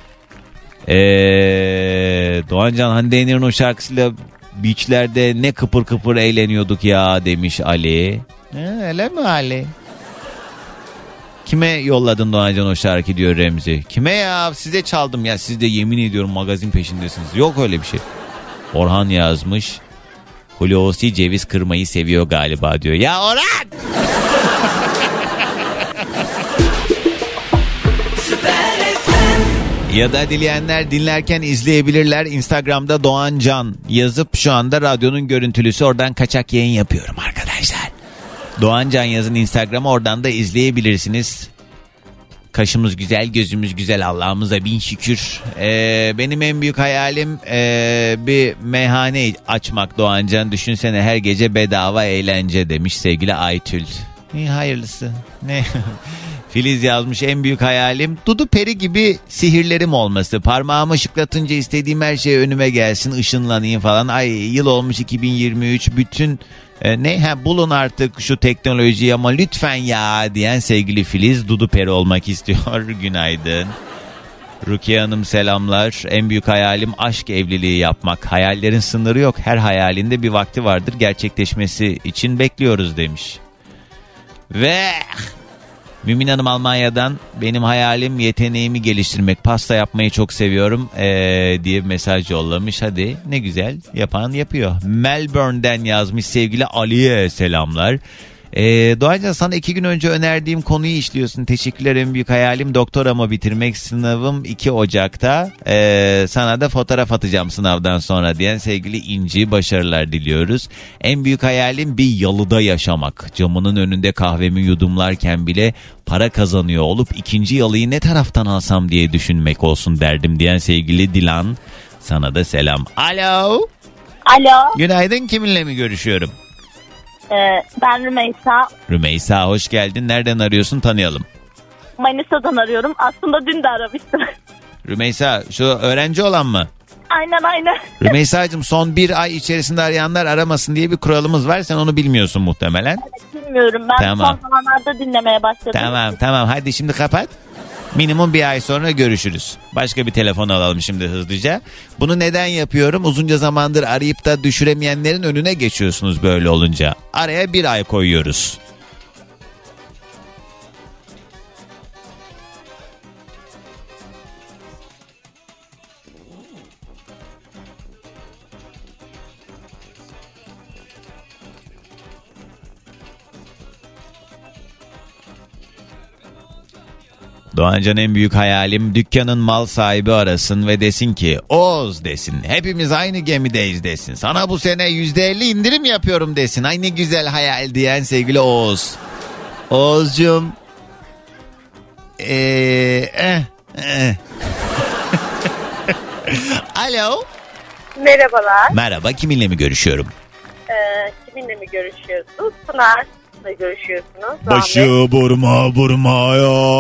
Doğancan, Hande Yener'in o şarkısıyla beachlerde ne kıpır kıpır eğleniyorduk ya demiş Ali. Öyle mi Ali? Kime yolladın Doğancan o şarkı diyor Remzi. Kime ya? Size çaldım ya. Siz de yemin ediyorum magazin peşindesiniz. Yok öyle bir şey. Orhan yazmış. Hulusi ceviz kırmayı seviyor galiba diyor. Ya Orhan! Ya da dileyenler dinlerken izleyebilirler. Instagram'da Doğan Can yazıp şu anda radyonun görüntülüsü, oradan kaçak yayın yapıyorum arkadaşlar. Doğan Can yazın Instagram'a, oradan da izleyebilirsiniz. Kaşımız güzel, gözümüz güzel, Allah'ımıza bin şükür. Benim en büyük hayalim bir meyhane açmak Doğan Can. Düşünsene, her gece bedava eğlence demiş sevgili Aytül. Hayırlısı. Ne? Filiz yazmış, en büyük hayalim Dudu Peri gibi sihirlerim olması. Parmağımı şıklatınca istediğim her şey önüme gelsin, ışınlanayım falan. Ay, yıl olmuş 2023, bütün bulun artık şu teknolojiyi ama lütfen ya diyen sevgili Filiz Dudu Peri olmak istiyor. Günaydın. Rukiye Hanım selamlar. En büyük hayalim aşk evliliği yapmak. Hayallerin sınırı yok. Her hayalinde bir vakti vardır. Gerçekleşmesi için bekliyoruz demiş. Ve Mümin Hanım Almanya'dan, benim hayalim yeteneğimi geliştirmek. Pasta yapmayı çok seviyorum diye bir mesaj yollamış. Hadi ne güzel, yapan yapıyor. Melbourne'den yazmış sevgili Ali'ye selamlar. Doğancan, sana 2 gün önce önerdiğim konuyu işliyorsun. Teşekkürler, en büyük hayalim doktoramı bitirmek. Sınavım 2 Ocak'ta. Sana da fotoğraf atacağım sınavdan sonra diyen sevgili İnci, başarılar diliyoruz. En büyük hayalim bir yalıda yaşamak. Camının önünde kahvemi yudumlarken bile para kazanıyor olup ikinci yalıyı ne taraftan alsam diye düşünmek olsun derdim diyen sevgili Dilan. Sana da selam. Alo. Alo. Günaydın, kiminle mi görüşüyorum? Ben Rümeysa. Rümeysa hoş geldin. Nereden arıyorsun, tanıyalım. Manisa'dan arıyorum. Aslında dün de aramıştım. Rümeysa şu öğrenci olan mı? Aynen. Rümeysa'cığım son bir ay içerisinde arayanlar aramasın diye bir kuralımız var. Sen onu bilmiyorsun muhtemelen. Evet, bilmiyorum. Ben tamam. Son zamanlarda dinlemeye başladım. Tamam. Hadi şimdi kapat. Minimum bir ay sonra görüşürüz. Başka bir telefon alalım şimdi hızlıca. Bunu neden yapıyorum? Uzunca zamandır arayıp da düşüremeyenlerin önüne geçiyorsunuz böyle olunca. Araya bir ay koyuyoruz. Doğancan en büyük hayalim dükkanın mal sahibi arasın ve desin ki Oğuz desin, hepimiz aynı gemideyiz desin. Sana bu sene %50 indirim yapıyorum desin. Ay ne güzel hayal diyen sevgili Oğuz. Oğuzcuğum. Alo. Merhabalar. Merhaba, kiminle mi görüşüyorum? Kiminle mi görüşüyorsunuz? Pınar'la görüşüyorsunuz. Başı burma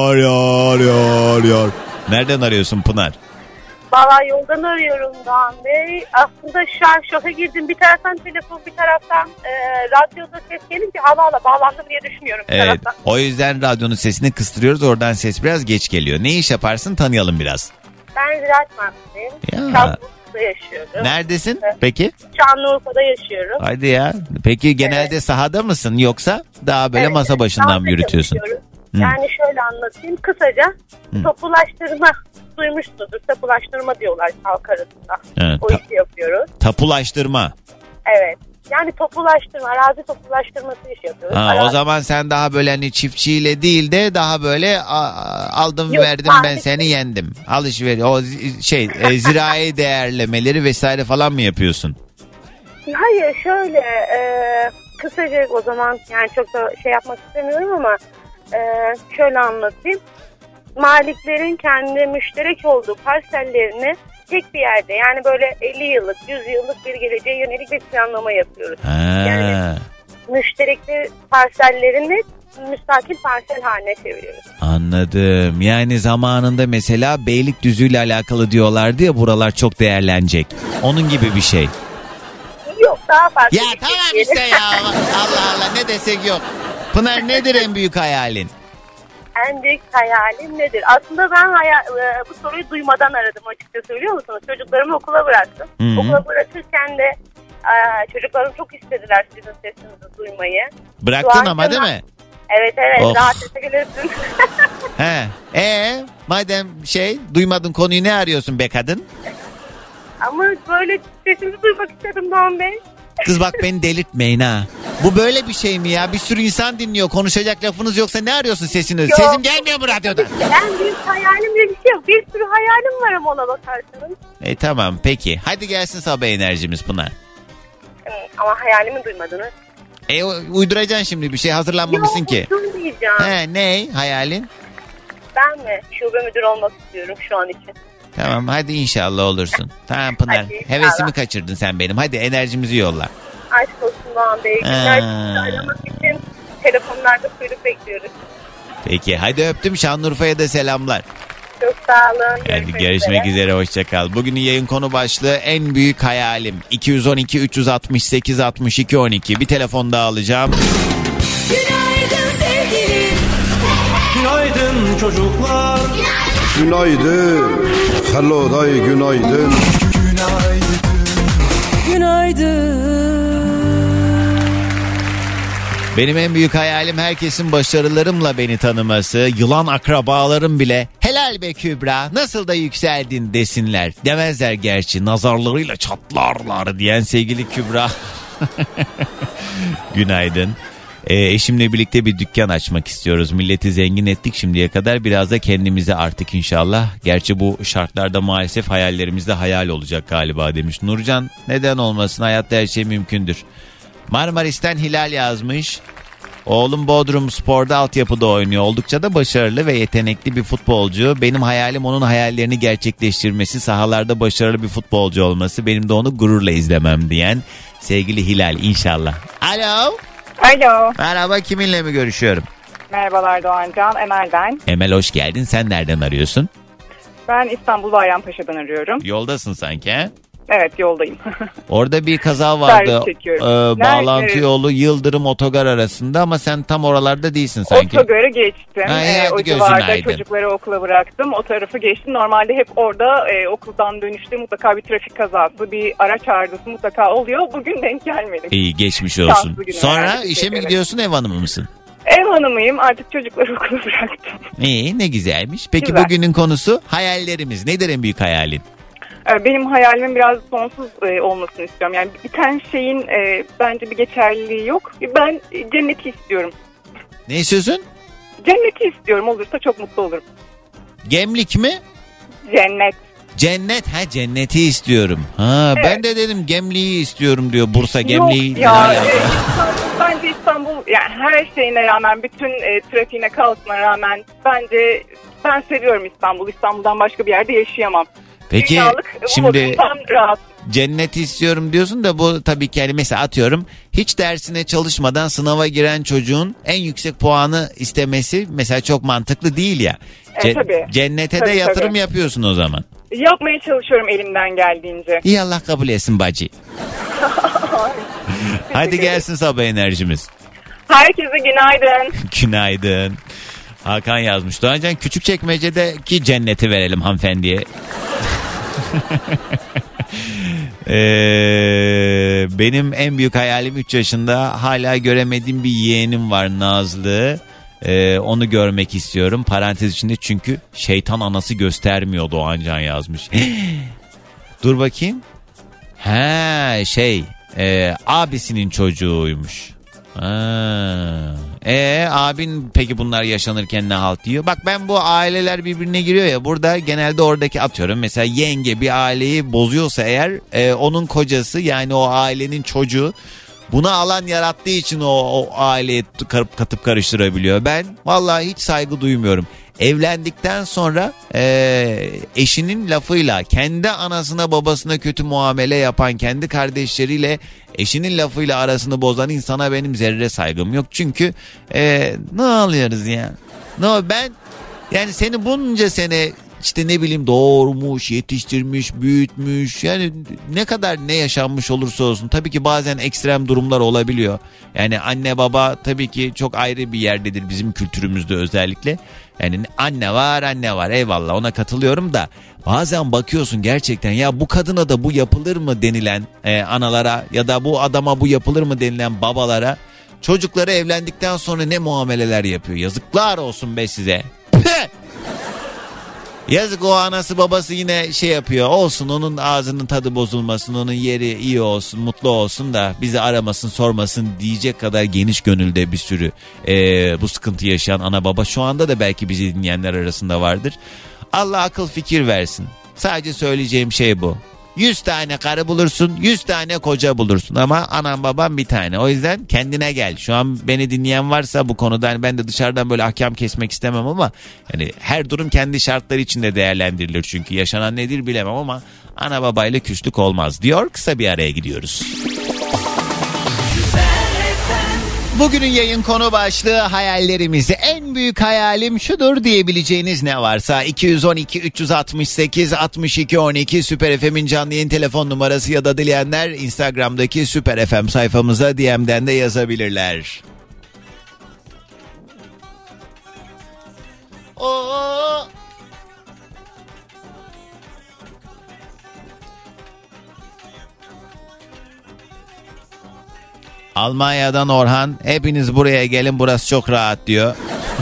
yar. Nereden arıyorsun Pınar? Valla yoldan arıyorum Doğan Bey. Aslında şu an şoka girdim. Bir taraftan telefon, bir taraftan radyoda ses gelince havalı bağlandım diye düşünüyorum. Evet, o yüzden radyonun sesini kıstırıyoruz. Oradan ses biraz geç geliyor. Ne iş yaparsın, tanıyalım biraz. Ben ziraat mühendisiyim. Şanlıurfa'da yaşıyorum. Neredesin peki? Şanlıurfa'da yaşıyorum. Hadi ya. Peki genelde sahada mısın yoksa daha böyle masa başından mı yürütüyorsun? Yani şöyle anlatayım kısaca. Topulaştırma duymuşsunuzdur. Tapulaştırma diyorlar halk arasında. Evet, o işi yapıyoruz. Tapulaştırma. Evet. Yani topulaştırma, arazi topulaştırması işi yapıyoruz. O zaman sen daha böyle hani çiftçiyle değil de daha böyle aldım verdim ben seni yendim. Alışveriş, o zirai değerlemeleri vesaire falan mı yapıyorsun? Hayır şöyle kısaca o zaman yani çok da şey yapmak istemiyorum ama şöyle anlatayım. Maliklerin kendi müşterek olduğu parsellerini tek bir yerde yani böyle 50 yıllık 100 yıllık bir geleceğe yönelik bir planlama yapıyoruz. Yani müşterekli parsellerini müstakil parsel haline çeviriyoruz. Anladım. Yani zamanında mesela Beylikdüzü ile alakalı diyorlardı ya buralar çok değerlenecek. Onun gibi bir şey. Yok daha farklı. Ya tamam işte ya. Allah ne desek yok. Pınar nedir en büyük hayalin? En büyük hayalim nedir? Aslında ben bu soruyu duymadan aradım açıkçası biliyor musunuz? Çocuklarımı okula bıraktım. Hı-hı. Okula bırakırken de çocuklarım çok istediler sizin sesinizi duymayı. Bıraktın ama değil mi? Evet rahat edebilirsin. Madem duymadın konuyu ne arıyorsun be kadın? Ama böyle sesinizi duymak istedim Doğan Bey. Kız bak beni delirtmeyin ha. Bu böyle bir şey mi ya? Bir sürü insan dinliyor. Konuşacak lafınız yoksa ne arıyorsun sesini? Yok. Sesim gelmiyor mu radyodan? Ben bir hayalim diye bir şey yok. Bir sürü hayalim var ama ona bakarsanız. Tamam peki. Hadi gelsin sabah enerjimiz Pınar. Ama hayalimi duymadınız. Uyduracaksın şimdi bir şey hazırlanmamışsın ki. Yok uydurmayacağım. Ne hayalin? Ben mi? Şube müdürü olmak istiyorum şu an için. Tamam hadi inşallah olursun. Tamam Pınar. Hadi, hevesimi kaçırdın sen benim. Hadi enerjimizi yolla. Aşk olsun Doğan Bey. Aramak için telefonlarda kuyruk bekliyoruz. Peki hadi öptüm. Şanlıurfa'ya da selamlar. Çok sağ olun. Hadi görüşmek üzere. Hoşça kal. Bugünün yayın konu başlığı en büyük hayalim. 212 368 62 12. Bir telefon daha alacağım. Günaydın sevgilim. Günaydın çocuklar. Günaydın. Hello day günaydın. Günaydın. Benim en büyük hayalim herkesin başarılarımla beni tanıması, yılan akrabalarım bile helal be Kübra nasıl da yükseldin desinler. Demezler gerçi nazarlarıyla çatlarlar diyen sevgili Kübra. Günaydın. Eşimle birlikte bir dükkan açmak istiyoruz. Milleti zengin ettik şimdiye kadar. Biraz da kendimize artık inşallah. Gerçi bu şartlarda maalesef hayallerimizde hayal olacak galiba demiş Nurcan. Neden olmasın, hayatta her şey mümkündür. Marmaris'ten Hilal yazmış. Oğlum Bodrum Spor'da altyapıda oynuyor. Oldukça da başarılı ve yetenekli bir futbolcu. Benim hayalim onun hayallerini gerçekleştirmesi, sahalarda başarılı bir futbolcu olması. Benim de onu gururla izlemem diyen sevgili Hilal inşallah. Alo. Alo. Merhaba, kiminle mi görüşüyorum? Merhabalar Doğancan, Emel'den. Emel hoş geldin. Sen nereden arıyorsun? Ben İstanbul Bayrampaşa'dan arıyorum. Yoldasın sanki he? Evet, yoldayım. Orada bir kaza vardı. Bağlantı Nerede? yolu Yıldırım Otogar arasında ama sen tam oralarda değilsin sanki. Otogarı geçtim. O gözün civarda aydın. çocukları okula bıraktım. O tarafı geçtim. Normalde hep orada okuldan dönüşte mutlaka bir trafik kazası, bir araç arızası mutlaka oluyor. Bugün denk gelmedim. İyi, geçmiş olsun. Sonra herhalde. işe mi gidiyorsun, ev hanımı mısın? Ev hanımıyım. Artık çocukları okula bıraktım. İyi, ne güzelmiş. Peki Güzel. bugünün konusu hayallerimiz. Nedir en büyük hayalin? Benim hayalimin biraz sonsuz olmasını istiyorum. Yani biten şeyin bence bir geçerliliği yok. Ben cenneti istiyorum. Ne istiyorsun? Cenneti istiyorum. Olursa çok mutlu olurum. Gemlik mi? Cennet. Cennet, cenneti istiyorum. Evet. Ben de dedim Gemliği istiyorum diyor. Bursa Gemliği. Yok ya, bence İstanbul yani her şeyine rağmen, bütün trafiğine, kaosuna rağmen bence ben seviyorum İstanbul. İstanbul'dan başka bir yerde yaşayamam. Peki Dünyalık, şimdi rahat. Cenneti istiyorum diyorsun da bu tabii ki yani mesela atıyorum hiç dersine çalışmadan sınava giren çocuğun en yüksek puanı istemesi mesela çok mantıklı değil ya. Tabii. Cennete tabii, de yatırım tabii. yapıyorsun o zaman. Yapmaya çalışıyorum elimden geldiğince. İyi, Allah kabul etsin bacı. Hadi gelsin sabah enerjimiz. Herkese günaydın. Günaydın. Hakan yazmış. Doğancan, Küçükçekmece'deki cenneti verelim hanımefendiye. Benim en büyük hayalim 3 yaşında hala göremediğim bir yeğenim var, Nazlı. Onu görmek istiyorum. Parantez içinde çünkü şeytan anası göstermiyor, Doğancan yazmış. Dur bakayım. Abisinin çocuğuymuş. Abin peki bunlar yaşanırken ne halt diyor. Bak ben bu aileler birbirine giriyor ya, burada genelde oradaki atıyorum mesela yenge bir aileyi bozuyorsa eğer onun kocası yani o ailenin çocuğu buna alan yarattığı için o aileyi katıp karıştırabiliyor. Ben vallahi hiç saygı duymuyorum. Evlendikten sonra eşinin lafıyla kendi anasına babasına kötü muamele yapan, kendi kardeşleriyle eşinin lafıyla arasını bozan insana benim zerre saygım yok. Çünkü ne alıyoruz ya? Ben yani seni bunca sene işte ne bileyim doğurmuş, yetiştirmiş, büyütmüş. Yani ne kadar ne yaşanmış olursa olsun tabii ki bazen ekstrem durumlar olabiliyor. Yani anne baba tabii ki çok ayrı bir yerdedir bizim kültürümüzde özellikle. Yani anne var eyvallah, ona katılıyorum da bazen bakıyorsun gerçekten ya bu kadına da bu yapılır mı denilen analara ya da bu adama bu yapılır mı denilen babalara çocukları evlendikten sonra ne muameleler yapıyor. Yazıklar olsun be size. Yazık, o anası babası yine şey yapıyor. Olsun, onun ağzının tadı bozulmasın, onun yeri iyi olsun, mutlu olsun da bizi aramasın, sormasın diyecek kadar geniş gönülde bir sürü bu sıkıntı yaşayan ana baba şu anda da belki bizi dinleyenler arasında vardır. Allah akıl fikir versin. Sadece söyleyeceğim şey bu. 100 tane karı bulursun, 100 tane koca bulursun ama anam babam bir tane. O yüzden kendine gel. Şu an beni dinleyen varsa bu konuda hani ben de dışarıdan böyle ahkam kesmek istemem ama hani her durum kendi şartları içinde değerlendirilir. Çünkü yaşanan nedir bilemem ama ana babayla küslük olmaz diyor. Kısa bir araya gidiyoruz. Bugünün yayın konu başlığı hayallerimiz. En büyük hayalim şudur diyebileceğiniz ne varsa 212 368 62 12 Süper FM'in canlı yayın telefon numarası ya da dileyenler Instagram'daki Süper FM sayfamıza DM'den de yazabilirler. Almanya'dan Orhan, hepiniz buraya gelin, burası çok rahat diyor.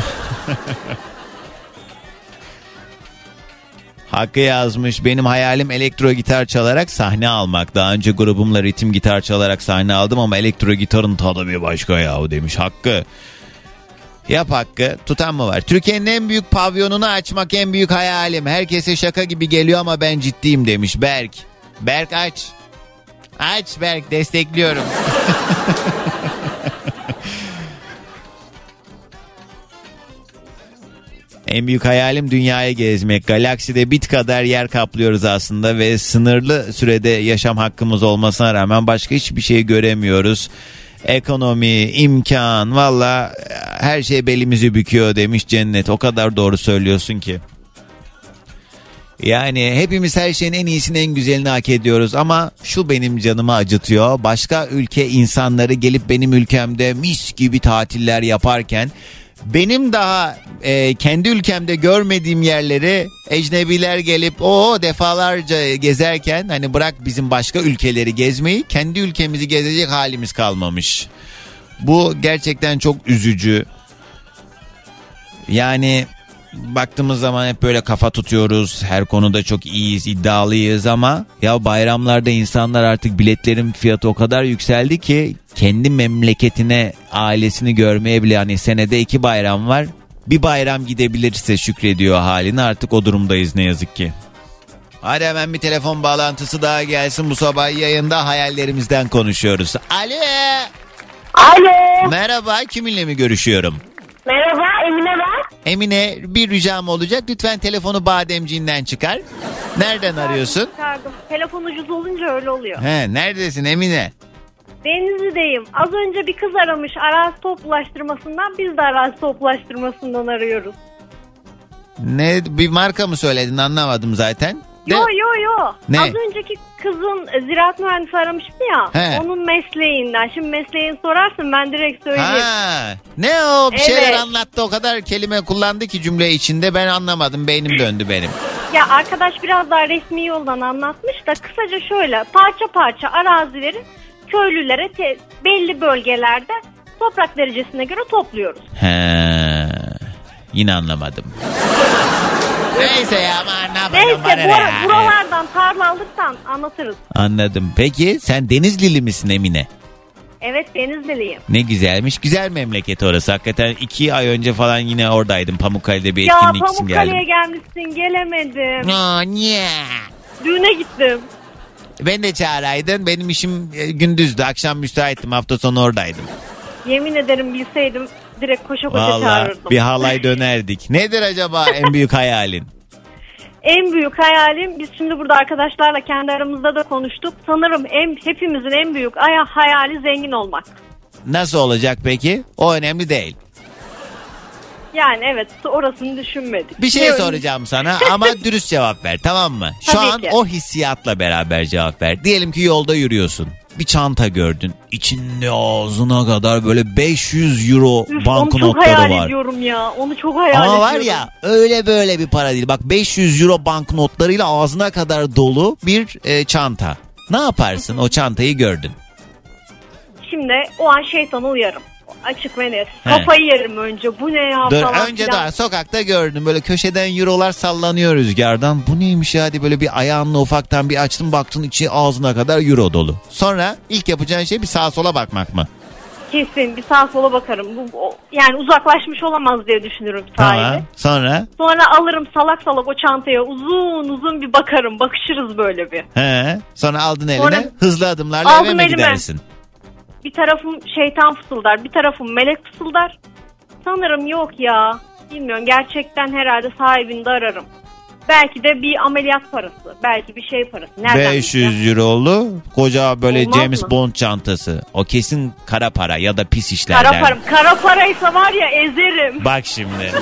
Hakkı yazmış, benim hayalim elektro gitar çalarak sahne almak. Daha önce grubumla ritim gitar çalarak sahne aldım ama elektro gitarın tadı bir başka yahu demiş Hakkı. Yap Hakkı, tutan mı var? Türkiye'nin en büyük pavyonunu açmak en büyük hayalim. Herkese şaka gibi geliyor ama ben ciddiyim demiş Berk. Berk aç. Aç Berk, destekliyorum. En büyük hayalim dünyayı gezmek. Galakside bit kadar yer kaplıyoruz aslında ve sınırlı sürede yaşam hakkımız olmasına rağmen başka hiçbir şey göremiyoruz. Ekonomi, imkan, valla her şey belimizi büküyor demiş Cennet. O kadar doğru söylüyorsun ki. Yani hepimiz her şeyin en iyisini, en güzelini hak ediyoruz ama şu benim canımı acıtıyor. Başka ülke insanları gelip benim ülkemde mis gibi tatiller yaparken benim daha kendi ülkemde görmediğim yerleri ecnebiler gelip defalarca gezerken, hani bırak bizim başka ülkeleri gezmeyi, kendi ülkemizi gezecek halimiz kalmamış. Bu gerçekten çok üzücü. Yani baktığımız zaman hep böyle kafa tutuyoruz. Her konuda çok iyiyiz, iddialıyız ama ya bayramlarda insanlar artık biletlerin fiyatı o kadar yükseldi ki kendi memleketine, ailesini görmeye bile, hani senede 2 bayram var. Bir bayram gidebilirse şükrediyor haline, artık o durumdayız ne yazık ki. Hadi hemen bir telefon bağlantısı daha gelsin. Bu sabah yayında hayallerimizden konuşuyoruz. Alo. Alo. Merhaba, kiminle mi görüşüyorum? Merhaba, Emine ben. Emine, bir ricam olacak. Lütfen telefonu bademciğinden çıkar. Nereden arıyorsun? Çıkardım. Telefon ucuz olunca öyle oluyor. Neredesin Emine? Denizli'deyim. Az önce bir kız aramış arazi toplaştırmasından. Biz de arazi toplaştırmasından arıyoruz. Ne, bir marka mı söyledin, anlamadım zaten. Yo. Ne? Az önceki kızın ziraat mühendisi aramıştı ya. He. Onun mesleğinden. Şimdi mesleğini sorarsın, ben direkt söyleyeyim. Ne o, bir şeyler Evet. anlattı, o kadar kelime kullandı ki cümle içinde, ben anlamadım, beynim döndü benim. Ya arkadaş biraz daha resmi yoldan anlatmış da kısaca şöyle: parça parça arazileri köylülere belli bölgelerde toprak derecesine göre topluyoruz. Yine anlamadım. Neyse ya, anlamadım. Neyse buralardan tarla alırsan anlatırız. Anladım. Peki sen Denizlili misin Emine? Evet, Denizliliyim. Ne güzelmiş. Güzel memleket orası. Hakikaten 2 ay önce falan yine oradaydım. Pamukkale'de bir etkinlik için geldim. Ya Pamukkale'ye gelmişsin, gelemedim. Niye? Düğüne gittim. Ben de çağıraydın. Benim işim gündüzdü. Akşam müsaittim. Hafta sonu oradaydım. Yemin ederim bilseydim direkt koşa çağırırdım. Bir halay dönerdik. Nedir acaba en büyük hayalin? En büyük hayalim, biz şimdi burada arkadaşlarla kendi aramızda da konuştuk. Sanırım hepimizin en büyük hayali zengin olmak. Nasıl olacak peki? O önemli değil. Yani evet, orasını düşünmedik. Bir şey soracağım sana ama dürüst cevap ver, tamam mı? Şu Tabii an ki. o hissiyatla beraber cevap ver. Diyelim ki yolda yürüyorsun. Bir çanta gördün. İçinde ağzına kadar böyle 500 euro banknotları var. Onu çok hayal ediyorum ya. Onu çok hayal ediyorum. Ama var ya, öyle böyle bir para değil. Bak, 500 euro banknotlarıyla ağzına kadar dolu bir çanta. Ne yaparsın? O çantayı gördün. Şimdi o an şeytana uyarım. Açık ve net. Kafayı yerim önce. Bu ne ya falan. Önce daha sokakta gördüm. Böyle köşeden eurolar sallanıyor rüzgardan. Bu neymiş ya, hadi böyle bir ayağınla ufaktan bir açtın, baktın içi ağzına kadar euro dolu. Sonra ilk yapacağın şey bir sağa sola bakmak mı? Kesin bir sağa sola bakarım. Yani uzaklaşmış olamaz diye düşünürüm sahibi. Tamam. Sonra alırım salak salak o çantaya uzun bir bakarım. Bakışırız böyle bir. Sonra aldın eline, Sonra hızlı adımlarla eve mi gidersin? Bir tarafım şeytan fısıldar, bir tarafım melek fısıldar. Sanırım yok ya. Bilmiyorum, gerçekten herhalde sahibini de ararım. Belki de bir ameliyat parası, belki bir şey parası. Nereden 500 eurolu koca böyle olmaz James mı? Bond çantası. O kesin kara para ya da pis işlerden. Kara paraysa var ya, ezerim. Bak şimdi.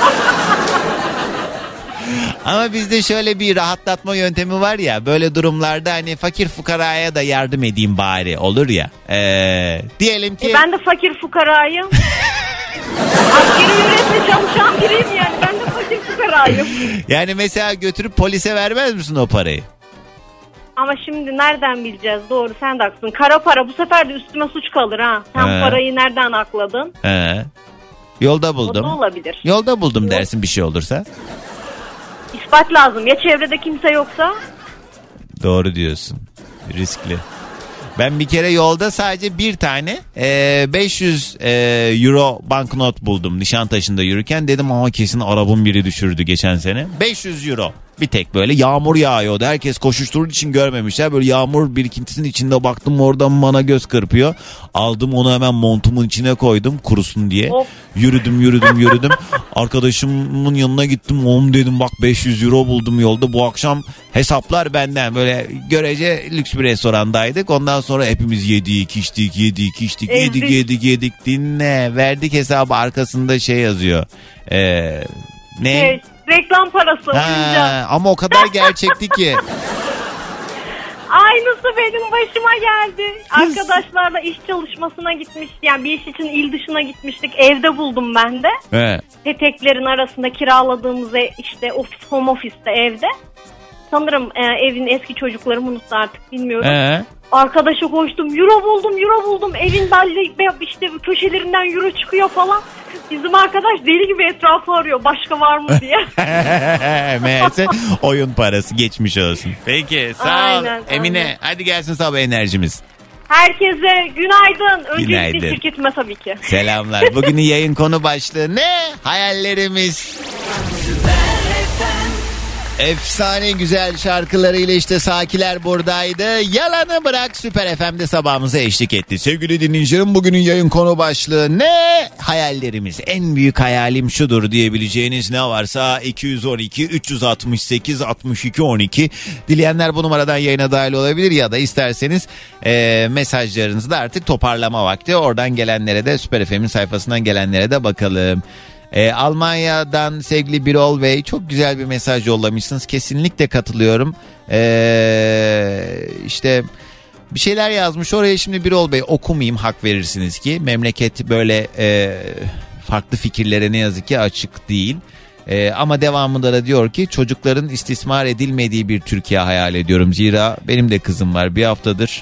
Ama bizde şöyle bir rahatlatma yöntemi var ya, böyle durumlarda hani fakir fukaraya da yardım edeyim bari, olur ya. Diyelim ki. Ben de fakir fukarayım. Askeri ücretle çalışan biriyim yani. Ben de fakir fukarayım. Yani mesela götürüp polise vermez misin o parayı? Ama şimdi nereden bileceğiz? Doğru, sen de haklısın. Kara para bu sefer de üstüme suç kalır ha. Sen parayı nereden akladın? Yolda buldum. O da olabilir. Yolda buldum dersin bir şey olursa. İspat lazım. Ya çevrede kimse yoksa? Doğru diyorsun. Riskli. Ben bir kere yolda sadece bir tane 500 euro banknot buldum Nişantaşı'nda yürürken. Dedim ama kesin arabın biri düşürdü geçen sene. 500 euro. Bir tek böyle yağmur yağıyordu. Herkes koşuşturduğu için görmemişler. Böyle yağmur birikintisinin içinde baktım, oradan bana göz kırpıyor. Aldım onu, hemen montumun içine koydum kurusun diye. Yürüdüm. Arkadaşımın yanına gittim. Oğlum dedim, bak 500 euro buldum yolda. Bu akşam hesaplar benden. Böyle görece lüks bir restorandaydık. Ondan sonra hepimiz yedik içtik. Yedik. Dinle. Verdik hesabı, arkasında şey yazıyor. Ne? Reklam parası oyuncak. Ama o kadar gerçekti ki. Aynısı benim başıma geldi. Arkadaşlarla iş çalışmasına gitmiş. Yani bir iş için il dışına gitmiştik. Evde buldum ben de. Peteklerin arasında kiraladığımız işte home office'te evde. Sanırım evin eski çocuklarım unuttu artık, bilmiyorum. Arkadaşa koştum. Euro buldum. Evin belli işte köşelerinden euro çıkıyor falan. Bizim arkadaş deli gibi etrafı arıyor. Başka var mı diye. Meğerse oyun parası, geçmiş olsun. Peki sağ ol Emine. Aynen. Hadi gelsin sabah enerjimiz. Herkese günaydın. Öncelikle Günaydın. şirketime tabii ki. Selamlar. Bugünün yayın konu başlığı ne? Hayallerimiz. Efsane güzel şarkılarıyla işte Sakiler buradaydı. Yalanı bırak Süper FM'de sabahımıza eşlik etti. Sevgili dinleyicilerim, bugünün yayın konu başlığı ne? Hayallerimiz. En büyük hayalim şudur diyebileceğiniz ne varsa 212 368 62 12. Dileyenler bu numaradan yayına dahil olabilir ya da isterseniz mesajlarınızı da artık toparlama vakti. Oradan gelenlere de, Süper FM'in sayfasından gelenlere de bakalım. Almanya'dan sevgili Birol Bey, çok güzel bir mesaj yollamışsınız. Kesinlikle katılıyorum. İşte bir şeyler yazmış oraya, şimdi Birol Bey okumayayım, hak verirsiniz ki. Memleket böyle farklı fikirlere ne yazık ki açık değil. Ama devamında da diyor ki çocukların istismar edilmediği bir Türkiye hayal ediyorum. Zira benim de kızım var, bir haftadır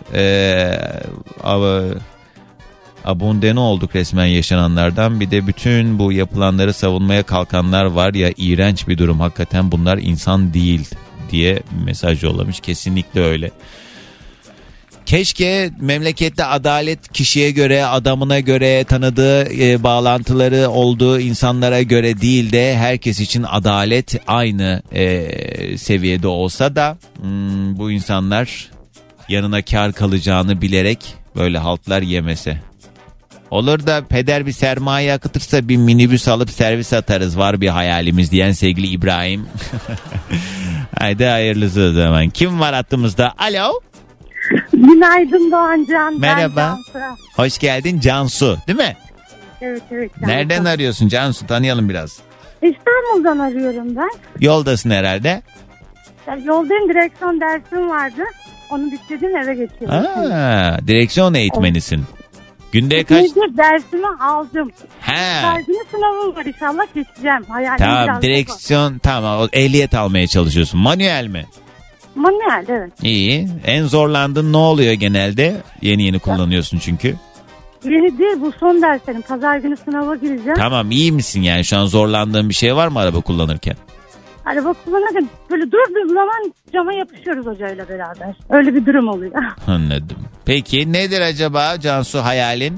abone olduk resmen yaşananlardan. Bir de bütün bu yapılanları savunmaya kalkanlar var ya, iğrenç bir durum. Hakikaten bunlar insan değil diye mesaj yollamış. Kesinlikle öyle. Keşke memlekette adalet kişiye göre, adamına göre, tanıdığı bağlantıları olduğu insanlara göre değil de herkes için adalet aynı seviyede olsa da bu insanlar yanına kar kalacağını bilerek böyle haltlar yemese. Olur da peder bir sermaye akıtırsa bir minibüs alıp servis atarız, var bir hayalimiz diyen sevgili İbrahim. Haydi hayırlısı o zaman. Kim var hattımızda? Alo. Günaydın Doğancan. Merhaba. Hoş geldin Cansu, değil mi? Evet. Cansu. Nereden arıyorsun Cansu? Tanıyalım biraz. İstanbul'dan arıyorum ben. Yoldasın herhalde. Yoldayım, direksiyon dersim vardı. Onu bitirdim, eve geçiyorum. Direksiyon eğitmenisin. Günde kaç? Dersimi aldım. Dersimi sınavım var, inşallah geçeceğim. Hayalim tamam, direksiyon tamam. O, ehliyet almaya çalışıyorsun. Manuel mi? Manuel, evet. İyi. En zorlandığın ne oluyor genelde? Yeni kullanıyorsun çünkü. Yeni değil, bu son derslerim. Pazar günü sınava gireceğim. Tamam, iyi misin yani? Şu an zorlandığın bir şey var mı araba kullanırken? Araba kullanırken böyle durduğum zaman cama yapışıyoruz hocayla beraber. Öyle bir durum oluyor. Anladım. Peki nedir acaba Cansu hayalin?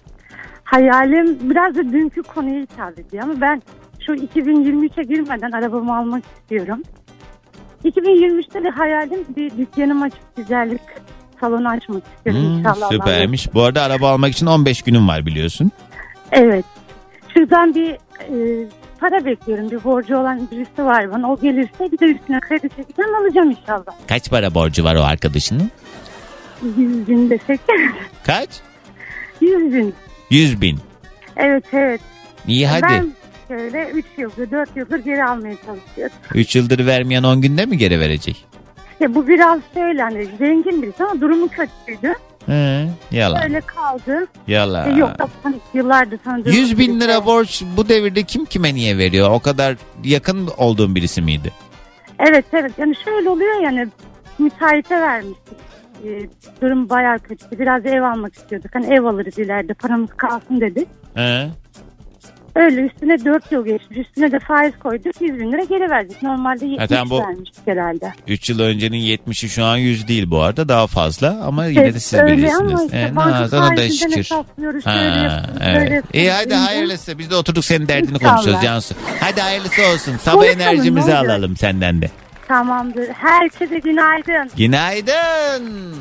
Hayalim biraz da dünkü konuya hitap ediyor ama ben şu 2023'e girmeden arabamı almak istiyorum. 2023'te de hayalim bir dükkanım açıp güzellik salonu açmak istiyorum inşallah. Süpermiş. Bu arada araba almak için 15 günüm var biliyorsun. Evet. Şuradan bir para bekliyorum. Bir borcu olan birisi var bana. O gelirse bir de üstüne kredi çekeceğim, alacağım inşallah. Kaç para borcu var o arkadaşının? 100 bin desek. Kaç? 100 bin. 100 bin. Evet. İyi hadi. Ben şöyle 3 yıldır 4 yıldır geri almaya çalışıyorum. 3 yıldır vermeyen 10 günde mi geri verecek? İşte bu biraz şöyle, hani zengin birisi ama durumu kötüydü. Yalan. Öyle kaldı. Yalan. Yok da yıllardır tanıdığım 100 bin lira borç bu devirde kim kime niye veriyor? O kadar yakın olduğun birisi miydi? Evet. Yani şöyle oluyor, yani müteahhite vermiştik. Durum bayağı kötü. Biraz ev almak istiyorduk. Hani ev alırız ileride, paramız kalsın dedik. Öyle üstüne 4 yıl geçmiş. Üstüne de faiz koyduk. 100 bin lira geri verdik. Normalde 70 vermiştik herhalde. 3 yıl öncenin 70'i şu an 100 değil bu arada. Daha fazla ama yine de siz bilirsiniz. Sana da şükür. Evet. İyi hadi hayırlısı. Biz de oturduk senin derdini konuşuyoruz Cansu. Hadi hayırlısı olsun. Sabah enerjimizi alalım senden de. Tamamdır. Herkese günaydın. Günaydın.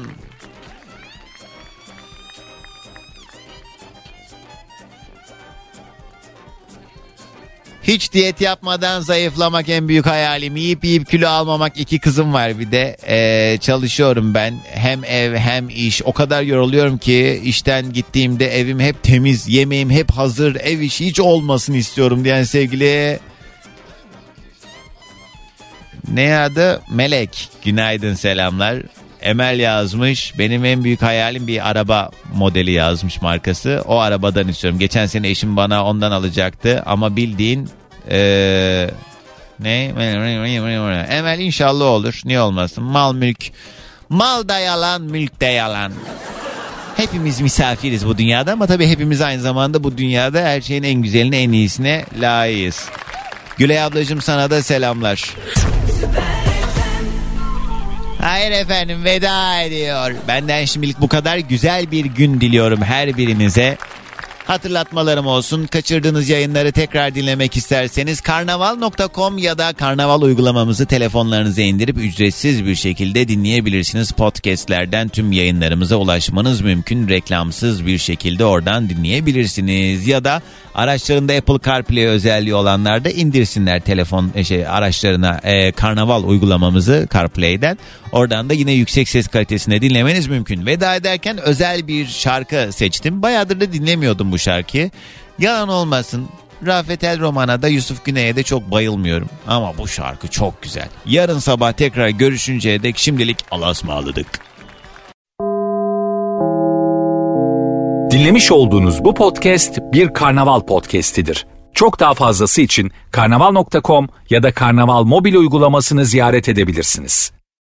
Hiç diyet yapmadan zayıflamak en büyük hayalim. Yiyip kilo almamak. 2 kızım var bir de. Çalışıyorum ben. Hem ev hem iş. O kadar yoruluyorum ki işten gittiğimde evim hep temiz. Yemeğim hep hazır. Ev işi hiç olmasın istiyorum diyen sevgili... Ne adı? Melek. Günaydın, selamlar. Emel yazmış. Benim en büyük hayalim bir araba modeli yazmış, markası. O arabadan istiyorum. Geçen sene eşim bana ondan alacaktı. Ama bildiğin ne? Emel inşallah olur. Niye olmasın? Mal mülk. Mal da yalan, mülk de yalan. Hepimiz misafiriz bu dünyada ama tabii hepimiz aynı zamanda bu dünyada her şeyin en güzeline, en iyisine layığız. Gülay ablacığım, sana da selamlar. Hayır efendim, veda ediyor. Benden şimdilik bu kadar. Güzel bir gün diliyorum her birinize. Hatırlatmalarım olsun. Kaçırdığınız yayınları tekrar dinlemek isterseniz karnaval.com ya da karnaval uygulamamızı telefonlarınıza indirip ücretsiz bir şekilde dinleyebilirsiniz. Podcastlerden tüm yayınlarımıza ulaşmanız mümkün. Reklamsız bir şekilde oradan dinleyebilirsiniz. Ya da araçlarında Apple CarPlay özelliği olanlar da indirsinler telefon araçlarına karnaval uygulamamızı CarPlay'den. Oradan da yine yüksek ses kalitesinde dinlemeniz mümkün. Veda ederken özel bir şarkı seçtim. Bayağıdır da dinlemiyordum bu şarkıyı. Yalan olmasın, Rafet El Roman'a da Yusuf Güney'e de çok bayılmıyorum. Ama bu şarkı çok güzel. Yarın sabah tekrar görüşünceye dek şimdilik Allah'a ısmarladık. Dinlemiş olduğunuz bu podcast bir karnaval podcastidir. Çok daha fazlası için karnaval.com ya da karnaval mobil uygulamasını ziyaret edebilirsiniz.